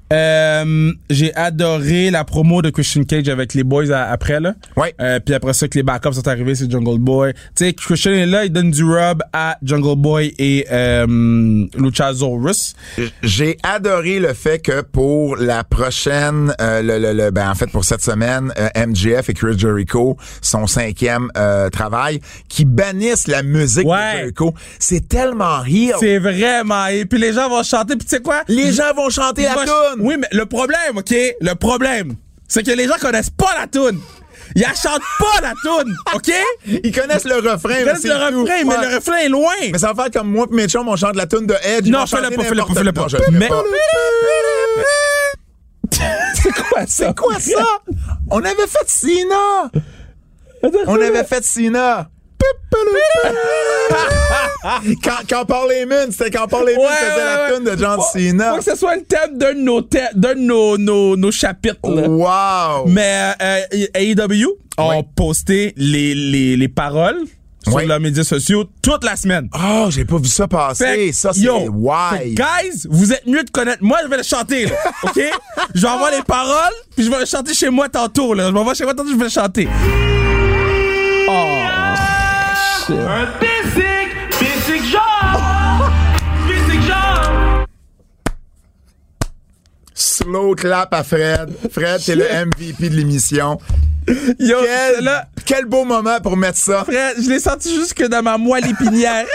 C: Euh, j'ai adoré la promo de Christian Cage avec les boys à, après là.
B: Ouais.
C: Euh, puis après ça que les backups sont arrivés, c'est Jungle Boy. Tu sais, Christian est là, il donne du rub à Jungle Boy et euh, Luchasaurus.
B: J'ai adoré le fait que pour la prochaine, euh, le, le, le, ben en fait pour cette semaine, euh, M J F et Chris Jericho, son cinquième euh, travail, qui bannissent la musique
C: Ouais.
B: de Jericho. C'est tellement rire.
C: C'est vraiment. Et puis les gens vont chanter. Puis tu sais quoi?
B: Les gens vont chanter
C: Ils
B: la
C: vont-
B: toune.
C: Oui, mais le problème, OK? Le problème, c'est que les gens connaissent pas la toune. Ils la chantent pas la toune, OK?
B: Ils connaissent le refrain.
C: Ils
B: mais
C: connaissent
B: c'est
C: le
B: tout.
C: refrain, mais
B: Ouais.
C: le refrain est loin.
B: Mais ça va faire comme moi et mes chums, on chante la toune de Edge.
C: Non, fais-le pas, fais-le pas, fais-le pas.
B: Mais...
C: C'est quoi ça?
B: C'est quoi ça? On avait fait Cena. On avait fait Cena. quand, quand Paul Heyman, c'était quand Paul Heyman
C: Ouais,
B: faisait
C: ouais,
B: la
C: ouais.
B: toune de John
C: Faut-
B: Cena.
C: Faut que ce soit le thème d'un de nos, thè- d'un de nos, nos, nos chapitres, là.
B: Wow.
C: Mais euh, A E W ont
B: Ouais.
C: posté les, les, les paroles sur
B: Ouais.
C: leurs médias sociaux toute la semaine.
B: Oh, j'ai pas vu ça passer.
C: Fait que,
B: ça, c'est
C: yo, fait
B: why.
C: que, guys, vous êtes mieux de connaître. Moi, je vais le chanter, là, OK? Je vais avoir les paroles, puis je vais le chanter chez moi tantôt, là. Je vais avoir chez moi tantôt, je vais le chanter. Oh, shit.
A: Un basic, basic genre, basic genre.
B: Slow clap à Fred. Fred, t'es le M V P de l'émission.
C: Yo,
B: Quel,
C: là,
B: quel beau moment pour mettre ça.
C: frère, je l'ai senti jusque dans ma moelle épinière.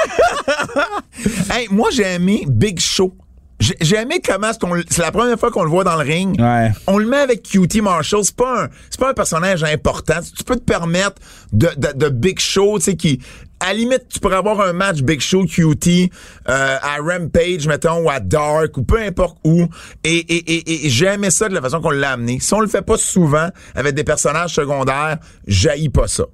B: Hey, moi, j'ai aimé Big Show. J'ai j'ai aimé comment c'est, qu'on, c'est la première fois qu'on le voit dans le ring.
C: Ouais.
B: On le met avec Q T Marshall. C'est pas un, c'est pas un personnage important. Tu peux te permettre de, de, de Big Show, tu sais, qui, à la limite, tu pourrais avoir un match Big Show Q T euh, à Rampage, mettons, ou à Dark, ou peu importe où. Et, et, et, et j'ai aimé ça de la façon qu'on l'a amené. Si on le fait pas souvent avec des personnages secondaires, j'haïs pas ça.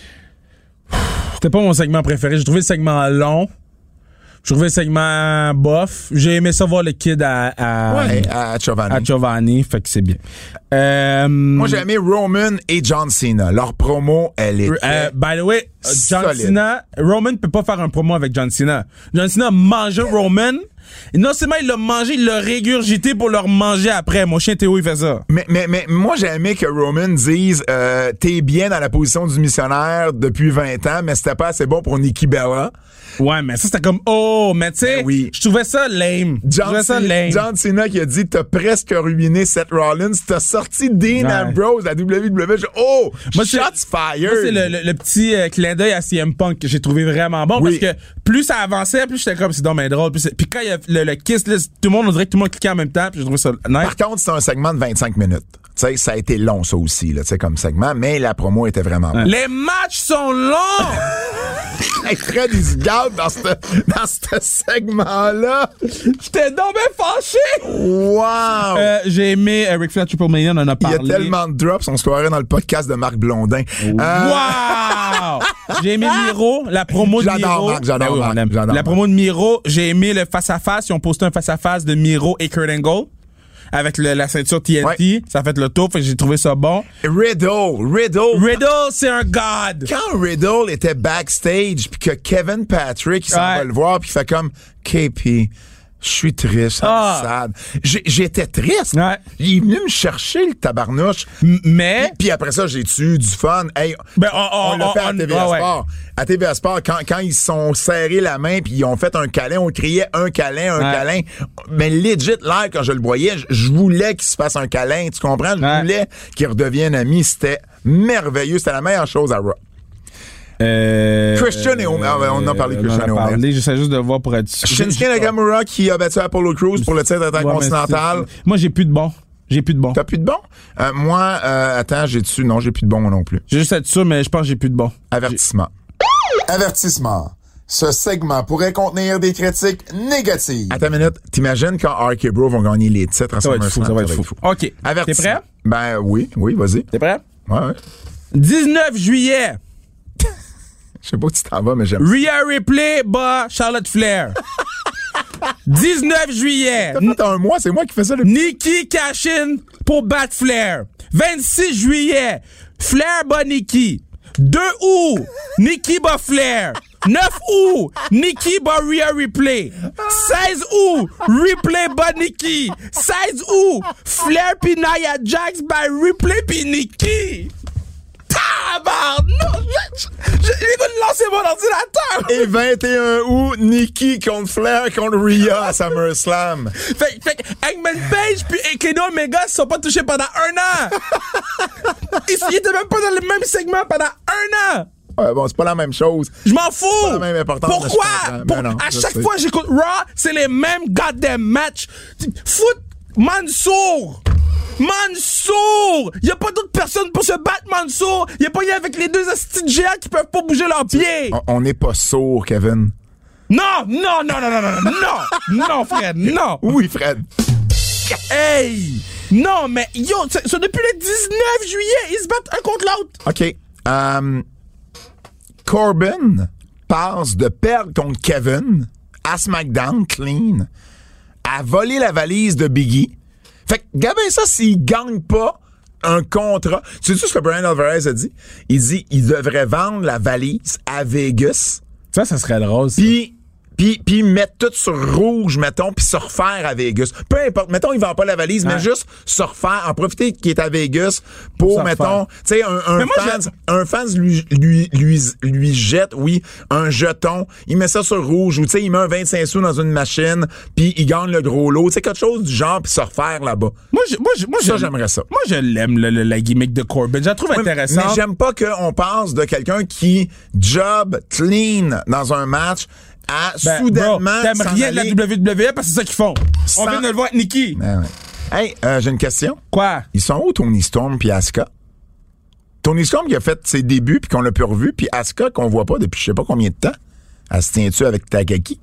C: C'était pas mon segment préféré. J'ai trouvé le segment long. J'ai trouvé le segment bof. J'ai aimé ça voir le kid à, à,
B: Ouais, à Giovanni.
C: à Giovanni. Fait que c'est bien. Euh,
B: Moi, j'ai aimé Roman et John Cena. Leur promo, elle est
C: Euh, by the way, John
B: solide.
C: Cena, Roman peut pas faire un promo avec John Cena. John Cena a mangé Roman. Et non seulement il l'a mangé, il l'a régurgité pour le remanger après. Mon chien Théo, il fait ça.
B: Mais, mais, mais moi, j'ai aimé que Roman dise euh, t'es bien dans la position du missionnaire depuis vingt ans, mais c'était pas assez bon pour Nikki Bella.
C: Ouais, mais ça, c'était comme, oh, mais tu sais,
B: Ben oui.
C: je trouvais ça lame. Je
B: John,
C: trouvais ça
B: Cena,
C: lame.
B: John Cena qui a dit t'as presque ruiné Seth Rollins, t'as sorti Dean
C: Ouais.
B: Ambrose à W W E. Je- Oh,
C: Moi, c'est-
B: shots fired.
C: Moi, c'est le, le, le petit euh, clin d'œil à C M Punk que j'ai trouvé vraiment bon.
B: Oui.
C: Parce que plus ça avançait, plus j'étais comme, c'est donc bien drôle. Plus c'est- puis quand il y a le, le kiss, là, tout le monde, on dirait que tout le monde cliquait en même temps. Puis j'ai trouvé ça nice.
B: Par contre, c'est un segment de vingt-cinq minutes. Tu sais, ça a été long, ça aussi, là, tu sais, comme segment, mais la promo était vraiment bonne.
C: Les matchs sont longs!
B: Hey, Fred, il se garde dans ce dans ce segment-là.
C: J'étais donc bien fâché!
B: Wow!
C: Euh, j'ai aimé euh, Ric Flair Triple Mania, on en a
B: Il y a
C: parlé.
B: tellement de drops, on se croirait dans le podcast de Marc Blondin. Euh,
C: Wow! J'ai aimé Miro, la promo de
B: J'adore
C: Miro.
B: Marc, j'adore
C: Ben oui, on
B: Marc,
C: l'aime.
B: j'adore
C: La promo de Miro, j'ai aimé le face-à-face. Ils ont posté un face-à-face de Miro et Kurt Angle avec le- la ceinture T N T.
B: Ouais.
C: Ça a fait le tour, fait que j'ai trouvé ça bon.
B: Riddle, Riddle.
C: Riddle, c'est un god!
B: Quand Riddle était backstage, puis que Kevin Patrick il s'en
C: Ouais.
B: va le voir, puis il fait comme K P, je suis triste, I'm
C: Ah.
B: sad. J'ai- J'étais triste.
C: Ouais.
B: Il est venu me chercher, le tabarnouche.
C: M- Mais,
B: Puis après ça, j'ai eu du fun. Hey,
C: Ben, on-
B: on,
C: on-
B: l'a fait à
C: on-
B: T V A
C: ah ouais.
B: Sport. À T V A Sport, quand, quand ils se sont serrés la main puis ils ont fait un câlin, on criait un câlin, un
C: Ouais.
B: câlin. Mais legit, là, quand je le voyais, je, je voulais qu'il se fasse un câlin, tu comprends? Je
C: Ouais.
B: voulais qu'ils redeviennent amis. C'était merveilleux. C'était la meilleure chose à Raw.
C: euh,
B: Christian et Omega. Ah, on en a parlé de Christian et
C: On en a
B: Omega.
C: parlé, j'essaie juste de voir pour être sûr.
B: Shinsuke Nakamura qui a battu Apollo Crews pour le titre
C: Ouais, mais
B: intercontinental.
C: c'est- Moi, j'ai plus de bons. J'ai plus de bons.
B: T'as plus de bons? Euh, moi, euh, attends, j'ai dessus. Non, j'ai plus de bons moi non plus.
C: J'ai juste être sûr, mais je pense que j'ai plus de bons.
B: Avertissement. Avertissement. Ce segment pourrait contenir des critiques négatives. Attends une minute. T'imagines quand R K Bro vont gagner les titres à
C: Ça va être fou, ça va être fou. OK. T'es
B: Avertissement.
C: prêt?
B: Ben oui, oui, vas-y.
C: T'es prêt?
B: Ouais, ouais.
C: dix-neuf juillet,
B: Je sais pas où tu t'en vas, mais j'aime.
C: Rhea Ripley bat Charlotte Flair. dix-neuf juillet,
B: Ça fait un mois, c'est moi qui fais ça le
C: Nikki Cashin pour battre Flair. vingt-six juillet, Flair bat Nikki. deux août, Nikki bat Flair. neuf août, Nikki bat Rhea Ripley. seize août, Ripley bat Nikki. seize août, Flair pis Nia Jax bat Ripley pis Nikki. Tabarnak! J'ai le goût de lancer mon ordinateur!
B: Et vingt et un août, Nikki contre Flair contre Rhea à SummerSlam.
C: Fait, fait Hangman Page puis Kenny Omega se sont pas touchés pendant un an! Ils, ils étaient même pas dans le même segment pendant un an!
B: Ouais, bon, c'est pas la même chose.
C: Je m'en fous!
B: C'est pas la même importance.
C: Pourquoi? Pour,
B: non,
C: à chaque
B: sais.
C: fois que j'écoute Raw, c'est les mêmes goddamn matchs. Foot Mansour! Mansour! Y'a pas d'autres personnes pour se battre, Mansour! Y'a pas rien avec les deux astis de géants qui peuvent pas bouger leurs pieds!
B: On n'est pas sourd, Kevin.
C: Non! Non, non, non, non, non, non! Non! Non, Fred, non!
B: Oui, Fred.
C: Hey! Non, mais yo, c'est, c'est depuis le dix-neuf juillet, ils se battent un contre l'autre!
B: OK. Um, Corbin passe de perdre contre Kevin à SmackDown clean à voler la valise de Biggie. Fait que, regardez ça, s'il gagne pas un contrat. Tu sais ce que Brian Alvarez a dit? Il dit, il devrait vendre la valise à Vegas.
C: Ça, ça serait drôle, ça.
B: Puis, puis, puis mettre tout sur rouge, mettons, puis se refaire à Vegas. Peu importe, mettons, il vend pas la valise,
C: ouais.
B: mais juste se refaire, en profiter qu'il est à Vegas pour, mettons, tu sais, un, un fans, un fans lui, lui, lui, lui jette, oui, un jeton, il met ça sur rouge, ou tu sais, il met un vingt-cinq sous dans une machine, puis il gagne le gros lot, tu sais, quelque chose du genre, puis se refaire là-bas.
C: Moi, je, moi, je, moi,
B: ça, j'aimerais ça.
C: Moi, je l'aime, le, le, la gimmick de Corbin. Je la trouve
B: oui,
C: intéressante.
B: Mais j'aime pas qu'on passe de quelqu'un qui job clean dans un match à
C: ben,
B: soudainement.
C: Bro, t'aimes rien de la W W E parce que c'est ça qu'ils font. Sans... On vient de le voir avec Nikki.
B: Ben ouais. Hey, euh, j'ai une question.
C: Quoi?
B: Ils sont où Tony Storm puis Asuka? Tony Storm qui a fait ses débuts puis qu'on l'a plus revu, puis Asuka qu'on voit pas depuis je sais pas combien de temps. Elle se tient-tu avec Takagi?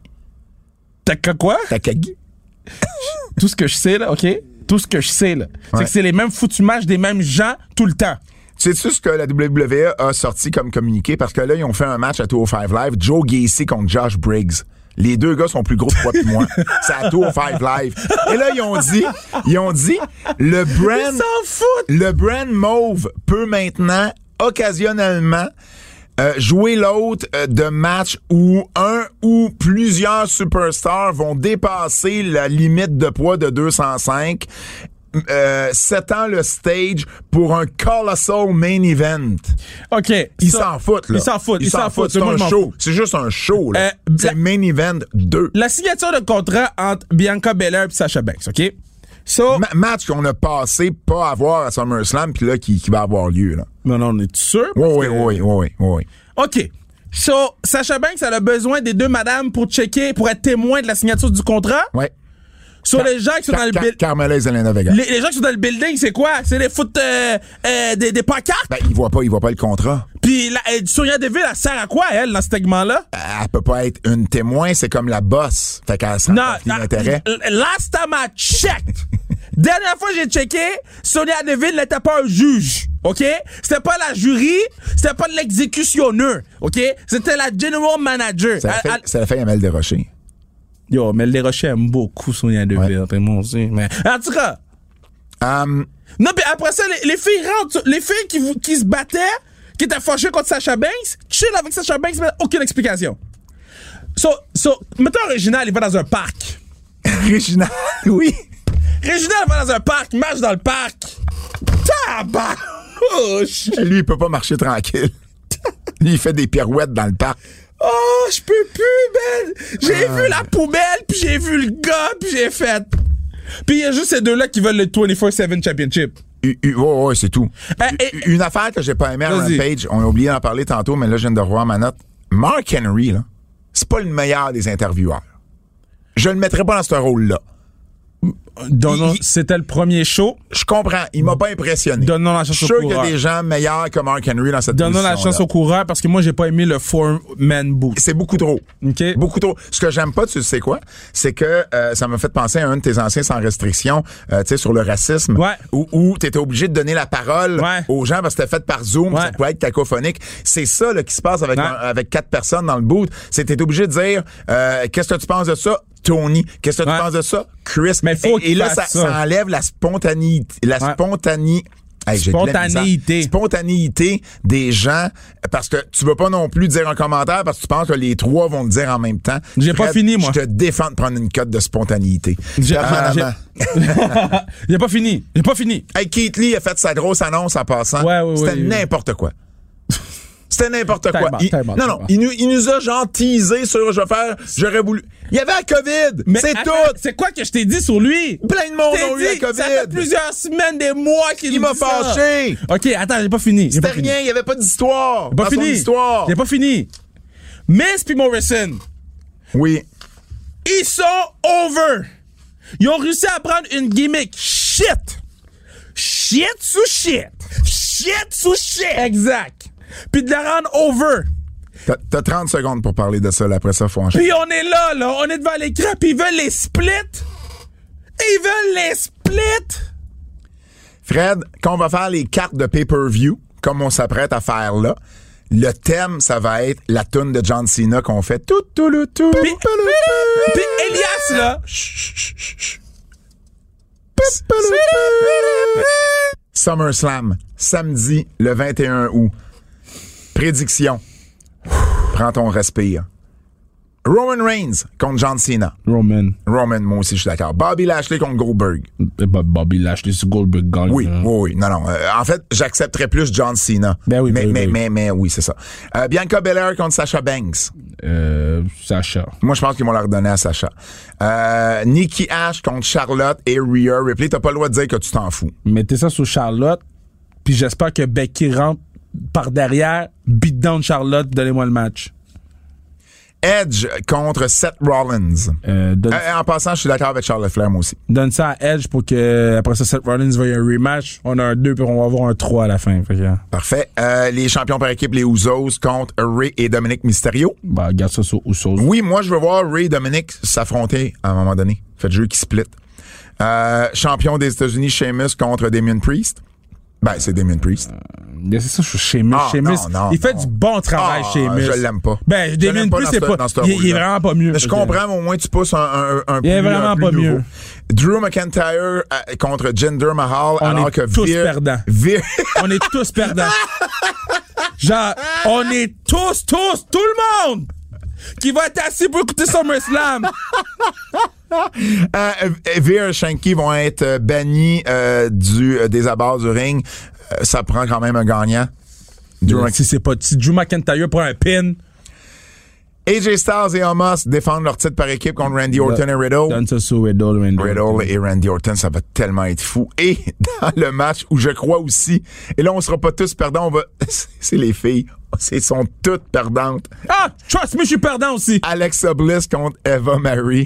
C: Taka quoi?
B: Takagi.
C: Tout ce que je sais, là, OK? Tout ce que je sais, là, c'est
B: ouais.
C: que c'est les mêmes foutus matchs des mêmes gens tout le temps.
B: Sais-tu ce que la W W E a sorti comme communiqué? Parce que là, ils ont fait un match à deux oh cinq Live. Joe Gacy contre Josh Briggs. Les deux gars sont plus gros que toi et moi. C'est à deux oh cinq Live. Et là, ils ont dit, ils ont dit, le brand,
C: ils s'en foutent.
B: Le brand mauve peut maintenant, occasionnellement, Euh, jouer l'autre euh, de match où un ou plusieurs superstars vont dépasser la limite de poids de deux cent cinq, euh, s'étend le stage pour un colossal main event.
C: OK.
B: Ils
C: ça,
B: s'en foutent, là.
C: Ils s'en foutent.
B: Ils,
C: ils s'en, s'en foutent.
B: C'est un show.
C: Fout.
B: C'est juste un show, là.
C: Euh,
B: c'est
C: la,
B: main event deux.
C: La signature de contrat entre Bianca Belair et Sasha Banks, OK? So,
B: Ma- match qu'on a passé pas à voir à SummerSlam, puis là, qui, qui va avoir lieu, là.
C: Non, non, on est sûr?
B: Oui, oui, oui, oui, oui.
C: OK. So, Sasha Banks, elle a besoin des deux madames pour checker, pour être témoin de la signature du contrat?
B: Oui.
C: Sur
B: Car-
C: les gens qui sont
B: Car-
C: dans le
B: Car-
C: building.
B: Carmella et Zelina Vega.
C: Les, les gens qui sont dans le building, c'est quoi? C'est les foot euh, euh, des, des pancartes?
B: Ben, ils voient pas, ils voient pas le contrat.
C: Puis la, euh, Sonia Deville, elle sert à quoi, elle, dans ce segment-là?
B: Elle peut pas être une témoin, c'est comme la boss. Fait qu'elle sent
C: Non,
B: pas l'intérêt.
C: l- last time I checked, dernière fois que j'ai checké, Sonia Deville n'était pas un juge, OK? C'était pas la jury, c'était pas l'exécutionneur, OK? C'était la general manager.
B: C'est la
C: Elle-
B: fille-
C: elle-
B: c'est la fille Amel Desrochers.
C: Yo, mais les Rochers aiment beaucoup Sonia Deville,
B: Ouais.
C: t'es mon aussi. Mais en tout cas,
B: Um,
C: non, puis après ça, les, les filles rentrent, les filles qui, vous- qui se battaient, qui étaient fâchées contre Sasha Banks, chill avec Sasha Banks, mais aucune explication. So, so, mettons Réginal, il va dans un parc.
B: Réginal, oui.
C: Réginal va dans un parc, marche dans le parc. Tabarnouche!
B: Lui, il peut pas marcher tranquille. Lui, il fait des pirouettes dans le parc.
C: Oh, je peux plus, man! J'ai
B: Ah.
C: vu la poubelle, puis j'ai vu le gars, puis j'ai fait. Puis il y a juste ces deux-là qui veulent le vingt-quatre sept Championship.
B: U- u- ouais, ouais, c'est tout.
C: Euh,
B: U-
C: et-
B: Une affaire que j'ai pas aimée à
C: Vas-y.
B: Rampage, on a oublié d'en parler tantôt, mais là, je viens de revoir ma note. Mark Henry, là, c'est pas le meilleur des intervieweurs. Je le mettrais pas dans ce rôle-là.
C: Donnons,
B: Il- il-
C: c'était le premier show.
B: Je comprends, il m'a pas impressionné.
C: Donnons la
B: Je
C: chance
B: suis
C: au
B: sûr qu'il y a
C: coureur.
B: des gens meilleurs que Mark Henry dans cette
C: Donnons la
B: position-là.
C: chance au coureur parce que moi, j'ai pas aimé le four-man booth.
B: C'est beaucoup trop.
C: OK?
B: Beaucoup trop. Ce que j'aime pas, tu sais quoi? C'est que euh, ça m'a fait penser à un de tes anciens sans restriction, euh, tu sais, sur le racisme.
C: Ouais.
B: Où, où t'étais obligé de donner la parole
C: Ouais.
B: aux gens parce que c'était fait par Zoom,
C: Ouais.
B: ça pouvait être cacophonique. C'est ça là, qui se passe avec,
C: Ouais.
B: un- avec quatre personnes dans le booth. C'est t'es obligé de dire euh, qu'est-ce que tu penses de ça? Tony. Qu'est-ce que
C: Ouais.
B: tu penses de ça? Chris.
C: Mais faut
B: et,
C: qu'il
B: et là,
C: fasse
B: ça,
C: ça.
B: ça enlève la spontanéité. La
C: Ouais.
B: spontanéité. Hey, j'ai de la
C: Spontanéité.
B: misère. Spontanéité des gens, parce que tu veux pas non plus dire un commentaire parce que tu penses que les trois vont le dire en même temps.
C: J'ai
B: Fred,
C: pas fini, moi.
B: Je te défends de prendre une cote de spontanéité.
C: J'ai,
B: Permanemment.
C: j'ai, j'ai pas fini. J'ai pas fini.
B: Hey, Keith Lee a fait sa grosse annonce en passant.
C: Ouais, ouais,
B: C'était
C: ouais, ouais.
B: n'importe quoi. C'était n'importe quoi.
C: Tellement,
B: Il-
C: tellement,
B: non, non,
C: tellement.
B: il nous, il nous a genre teasé sur je vais faire, j'aurais voulu. Il y avait la COVID.
C: Mais
B: c'est
C: attends,
B: tout.
C: C'est quoi que je t'ai dit sur lui?
B: Plein de monde
C: Je t'ai
B: ont eu la
C: dit,
B: COVID.
C: ça fait plusieurs semaines, des mois qu'il
B: Il
C: nous
B: m'a
C: dit ça.
B: fâché.
C: OK, attends, j'ai pas fini. J'ai
B: C'était
C: pas fini.
B: rien, il n'y avait pas d'histoire.
C: J'ai pas
B: dans son
C: fini.
B: histoire.
C: J'ai pas fini. Miz puis Morrison,
B: Oui.
C: ils sont over. Ils ont réussi à prendre une gimmick shit. Shit sous shit. Shit sous shit. Exact. Puis de la rendre over.
B: T'as, t'as trente secondes pour parler de ça, là. Après ça, faut enchaîner.
C: Puis on est là, là. On est devant l'écran, puis ils veulent les split. Ils veulent les split.
B: Fred, quand on va faire les cartes de pay-per-view, comme on s'apprête à faire là, le thème, ça va être la toune de John Cena qu'on fait tout, tout, le tout.
C: Puis, puis Elias, là.
B: SummerSlam, samedi, le vingt et un août. Prédiction. Prends ton respire. Roman Reigns contre John Cena.
C: Roman.
B: Roman, moi aussi, je suis d'accord. Bobby Lashley contre Goldberg.
C: Bobby Lashley, c'est Goldberg gagne.
B: Oui, oui, oui. Non, non. Euh, en fait, j'accepterais plus John Cena.
C: Ben oui,
B: mais,
C: ben oui,
B: mais,
C: ben oui.
B: mais, mais, oui, c'est ça. Euh, Bianca Belair contre Sasha Banks.
C: Euh, Sacha.
B: Moi, je pense qu'ils vont la redonner à Sasha. Euh, Nikki Ash contre Charlotte et Rhea Ripley. T'as pas le droit de dire que tu t'en fous.
C: Mettez ça sur Charlotte, puis j'espère que Becky rentre par derrière, beat down Charlotte, donnez-moi le match.
B: Edge contre Seth Rollins.
C: Euh, donne,
B: Euh, en passant, je suis d'accord avec Charlotte Flair, moi aussi.
C: donne ça à Edge pour que, après ça, Seth Rollins va y avoir un rematch. On a un deux, puis on va avoir un trois à la fin. Fait que,
B: Parfait. Euh, les champions par équipe, les Usos contre Ray et Dominic Mysterio.
C: bah, garde ça sur Usos.
B: Oui, moi, je veux voir Ray et Dominic s'affronter à un moment donné. Faites jeu qui split. Euh, champion des États-Unis, Sheamus contre Damien Priest. Ben, c'est Damien Priest.
C: C'est ça, je suis Sheamus.
B: Ah,
C: Sheamus,
B: non, non,
C: il fait
B: non.
C: du bon travail,
B: Ah,
C: Sheamus.
B: je l'aime pas.
C: Ben,
B: Je
C: Damien
B: l'aime pas
C: Priest,
B: dans
C: c'est
B: ce-
C: pas.
B: dans ce
C: Il, il est
B: rôle-là.
C: vraiment pas mieux.
B: Mais je comprends, mais au moins, tu pousses un, un, un
C: Il est
B: plus,
C: vraiment
B: un plus
C: pas
B: nouveau.
C: mieux.
B: Drew McIntyre euh, contre Jinder Mahal,
C: On
B: alors
C: est
B: que
C: tous
B: Veer-
C: perdants.
B: Veer-
C: On est tous perdants. Genre, on est tous, tous, tout le monde qui va être assis pour écouter SummerSlam.
B: Euh, Veer et Shanky vont être euh, bannis euh, du, euh, des abords du ring. Euh, ça prend quand même un gagnant. Drew
C: Si c'est pas si Drew McIntyre prend un pin,
B: A J Styles et Omos défendent leur titre par équipe contre Randy Orton et Riddle.
C: donne ça sur Riddle, Randy
B: Riddle
C: Orton.
B: et Randy Orton, ça va tellement être fou. Et dans le match où je crois aussi, et là on sera pas tous perdants, on va, c'est les filles, elles sont toutes perdantes.
C: Ah, trust me, je suis perdant aussi.
B: Alexa Bliss contre Eva Marie.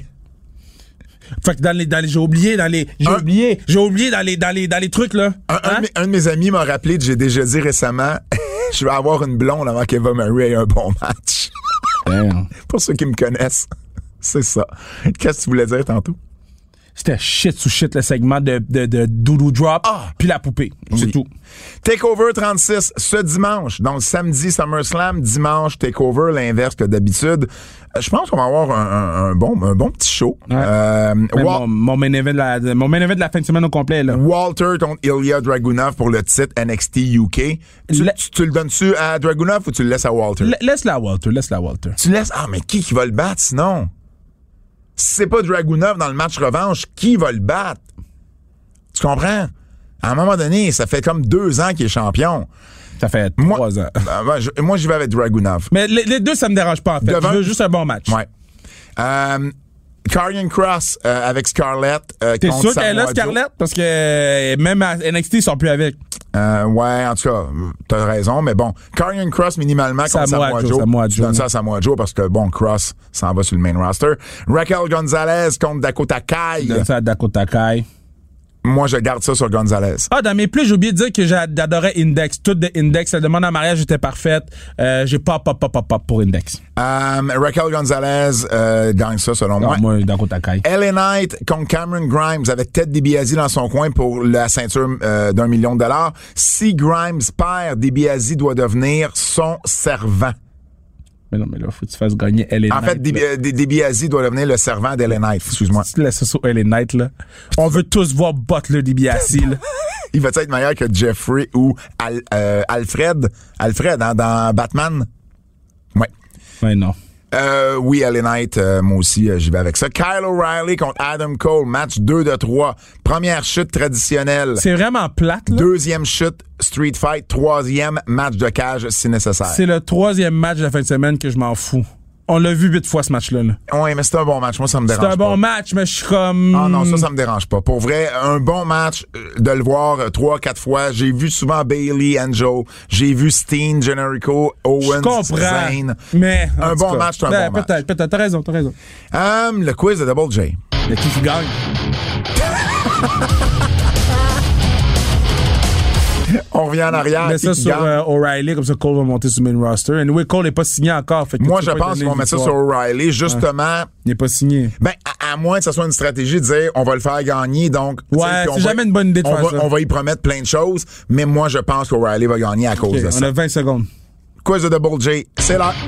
C: Fait que dans les, dans les, j'ai oublié, dans les, j'ai
B: Un-
C: oublié, j'ai oublié dans les, dans les, dans les trucs, là.
B: Un, un
C: Hein?
B: de mes, un de mes amis m'a rappelé que j'ai déjà dit récemment, je vais avoir une blonde avant qu'Eva Marie ait un bon match.
C: Damn.
B: Pour ceux qui me connaissent, c'est ça. Qu'est-ce que tu voulais dire tantôt?
C: C'était shit sous shit le segment de, de, de Doodoo Drop,
B: Ah!
C: puis la poupée. C'est
B: Oui.
C: tout.
B: Takeover trente-six, ce dimanche. Donc, samedi, SummerSlam, dimanche, Takeover, l'inverse que d'habitude. Euh, Je pense qu'on va avoir un, un- un bon, un bon petit show.
C: Ouais.
B: Euh,
C: Mais
B: Wa-
C: mon, mon, main event de la, de- mon main event de la fin de semaine au complet, là.
B: Walter contre Ilya Dragunov pour le titre N X T U K. Tu,
C: La-
B: tu- tu le donnes-tu à Dragunov ou tu le laisses à Walter?
C: La- Laisse-la Walter, laisse-la Walter.
B: Tu laisses... Ah, mais qui qui va le battre sinon? Si c'est pas Dragunov dans le match revanche, qui va le battre? Tu comprends? À un moment donné, ça fait comme deux ans qu'il est champion.
C: Ça fait
B: Moi,
C: trois ans.
B: Ben, moi, je- moi, j'y vais avec Dragunov.
C: Mais les, les deux, ça me dérange pas, en fait.
B: Devant-
C: Je veux juste un bon match.
B: Ouais. Euh, Karrion Cross euh, avec Scarlett. Euh,
C: T'es
B: contre
C: sûr qu'elle est là,
B: Samoa Joe.
C: Scarlett? Parce que euh, même à N X T, ils sont plus avec.
B: Euh, ouais, en tout cas, t'as raison, mais bon. Karrion Cross minimalement contre
C: Samoa
B: Samoa
C: Joe,
B: Joe.
C: Samoa
B: Tu
C: Joe.
B: donnes ça à Samoa Joe parce que, bon, Cross s'en va sur le main roster. Raquel Gonzalez contre Dakota Kai.
C: Donne ça à Dakota Kai.
B: Moi, je garde ça sur Gonzalez.
C: Ah, dans mes plus, j'ai oublié de dire que j'adorais Index. Toute de Index. La demande en mariage était parfaite. Euh, j'ai pas pop, pop, pop, pop pour Index.
B: Euh, Raquel Gonzalez euh, gagne ça, selon
C: Non,
B: moi.
C: moi, Dakota Kai.
B: L A Knight contre Cameron Grimes avec Ted DiBiase dans son coin pour la ceinture euh, d'un million de dollars. Si Grimes perd, DiBiase doit devenir son servant.
C: Mais non, mais là, faut que tu fasses gagner L A
B: En fait, Di- euh, Di- DiBiase doit devenir le servant d'L A Knight. Excuse-moi.
C: Tu laisses ça sur L A Knight, là. On veut tous voir Butler DiBiase, là.
B: Il va être meilleur que Jeffrey ou Al, euh, Alfred? Alfred, hein, dans Batman? Ouais.
C: Ouais, non.
B: Euh, oui, L A Knight, euh, moi aussi, euh, j'y vais avec ça. Kyle O'Reilly contre Adam Cole, match deux de trois. Première chute traditionnelle.
C: C'est vraiment plate, là.
B: Deuxième chute, Street Fight. Troisième, match de cage, si nécessaire.
C: C'est le troisième match de la fin de semaine que je m'en fous. On l'a vu huit fois, ce match-là. Là.
B: Oui, mais c'est un bon match. Moi, ça me dérange pas.
C: C'est un bon match, mais je suis comme...
B: Ah non, ça, ça me dérange pas. Pour vrai, un bon match, euh, de le voir euh, trois, quatre fois. J'ai vu souvent Bailey, Angel. J'ai vu Steen, Generico, Owens,
C: Je comprends,
B: Zayn.
C: mais...
B: Un bon
C: cas,
B: match, c'est un
C: ben,
B: bon match.
C: Peut-être, peut-être. T'as raison, t'as raison.
B: Um, le quiz de Double J.
C: Le qui qui gagne?
B: On revient en arrière.
C: Mets ça
B: qui
C: sur
B: gagne.
C: euh, O'Reilly, comme ça Cole va monter sur le main roster. Anyway, Cole n'est pas signé encore. Fait que
B: Moi,
C: tu
B: je
C: peux pas
B: pense
C: lui
B: qu'ils vont
C: donner
B: mettre ça
C: une
B: sur
C: victoire.
B: O'Reilly, justement.
C: Il n'est pas signé.
B: Ben, à, à moins que ce soit une stratégie de dire on va le faire gagner, donc. tu sais,
C: Ouais,
B: puis on
C: c'est
B: va-
C: jamais une bonne idée de
B: on
C: faire
B: va,
C: ça.
B: On va y promettre plein de choses, mais moi, je pense qu'O'Reilly va gagner à cause
C: Okay,
B: de
C: on
B: ça.
C: a vingt secondes.
B: Quiz de Double J, c'est là.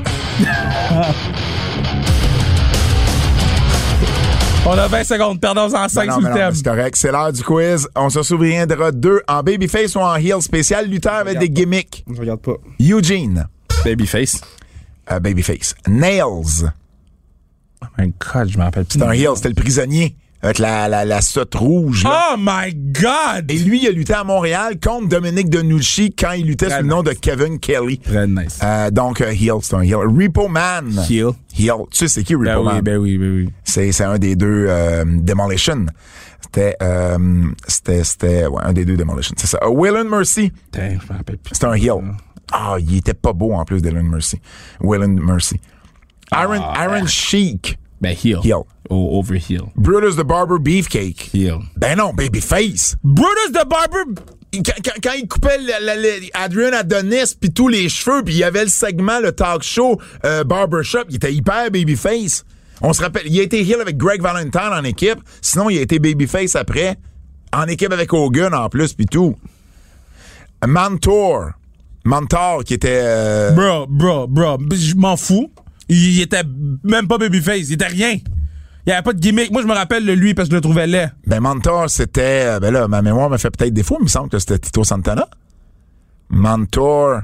C: On a vingt secondes. Perdons en cinq
B: Ben non,
C: sur
B: ben
C: le
B: non,
C: thème.
B: c'est correct. C'est l'heure du quiz. On se souviendra d'eux en babyface ou en heel spécial lutteur avec des gimmicks.
C: Je regarde pas.
B: Eugene.
C: Babyface.
B: Euh, babyface. Nails.
C: Oh my God, je m'en rappelle plus.
B: C'est un heel. C'était le prisonnier avec la, la, la sotte rouge. Là.
C: Oh my God!
B: Et lui, il a lutté à Montréal contre Dominique Denucci quand il luttait
C: Très
B: sous le nom
C: nice.
B: de Kevin Kelly.
C: Très nice.
B: Euh, donc, euh, heel, c'est un heel. Repo Man.
C: Heel.
B: Heel. Tu sais, c'est qui Repo
C: Ben
B: Man?
C: oui, ben oui, ben oui.
B: C'est, c'est un des deux euh, Demolition. C'était, euh, c'était, c'était, ouais, un des deux Demolition. C'est ça. Uh, Will and Mercy.
C: Putain, je m'en rappelle plus.
B: C'est un heel. Ah, il était pas beau en plus, Dylan Mercy. Will and Mercy. Iron,
C: Ah,
B: Iron Sheik.
C: Ben, heel.
B: Heel.
C: Oh, over heel.
B: Brutus the Barber Beefcake.
C: Heel.
B: Ben non, Babyface.
C: Brutus the Barber.
B: Quand, quand, quand il coupait la, la, la, Adrian Adonis puis tous les cheveux, puis il y avait le segment, le talk show euh, Barbershop, il était hyper Babyface. On se rappelle, il a été heel avec Greg Valentine en équipe, sinon il a été Babyface après, en équipe avec Hogan en plus, puis tout. Mentor. Mentor qui était... Euh,
C: Bro, bro, bro. Je m'en fous. Il était même pas babyface. Il était rien. Il y avait pas de gimmick. Moi, je me rappelle de lui parce que je le trouvais laid.
B: ben Mentor, c'était... euh, Ben là, ma mémoire me fait peut-être défaut, mais il me semble que c'était Tito Santana. Mentor...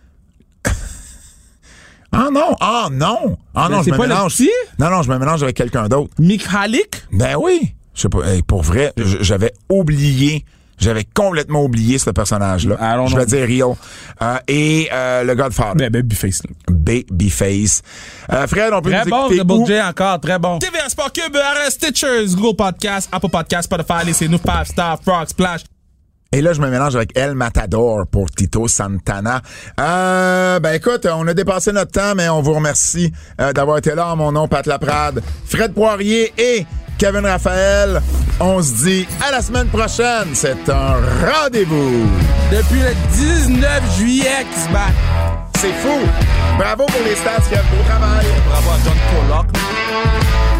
B: Ah non, ah non, ah
C: Mais
B: non, je
C: c'est
B: me
C: pas le
B: mélange.
C: petit?
B: Non, non, je me mélange avec quelqu'un d'autre.
C: Mikhalik?
B: Ben oui. Je sais pas, hey, pour vrai, j- j'avais oublié, j'avais complètement oublié ce personnage-là.
C: Allons
B: Je vais
C: donc.
B: dire Real. Euh, et euh, le Godfather.
C: Ben, babyface, là.
B: Babyface. Euh, Fred, on peut
C: Très
B: nous
C: bon,
B: écouter
C: Double
B: où?
C: J encore, très bon. T V A Sport Cube, R S Stitchers, Google Podcast, Apple Podcast, Spotify, laissez-nous five Star, Frog, Splash.
B: Et là, je me mélange avec El Matador pour Tito Santana. Euh, ben écoute, on a dépassé notre temps, mais on vous remercie euh, d'avoir été là. En mon nom, Pat Laprade, Fred Poirier et Kevin Raphaël. On se dit à la semaine prochaine. C'est un rendez-vous.
C: Depuis le dix-neuf juillet qui se bat.
B: C'est fou. Bravo pour les stats, Kev. Beau travail.
C: Bravo à John Pollock.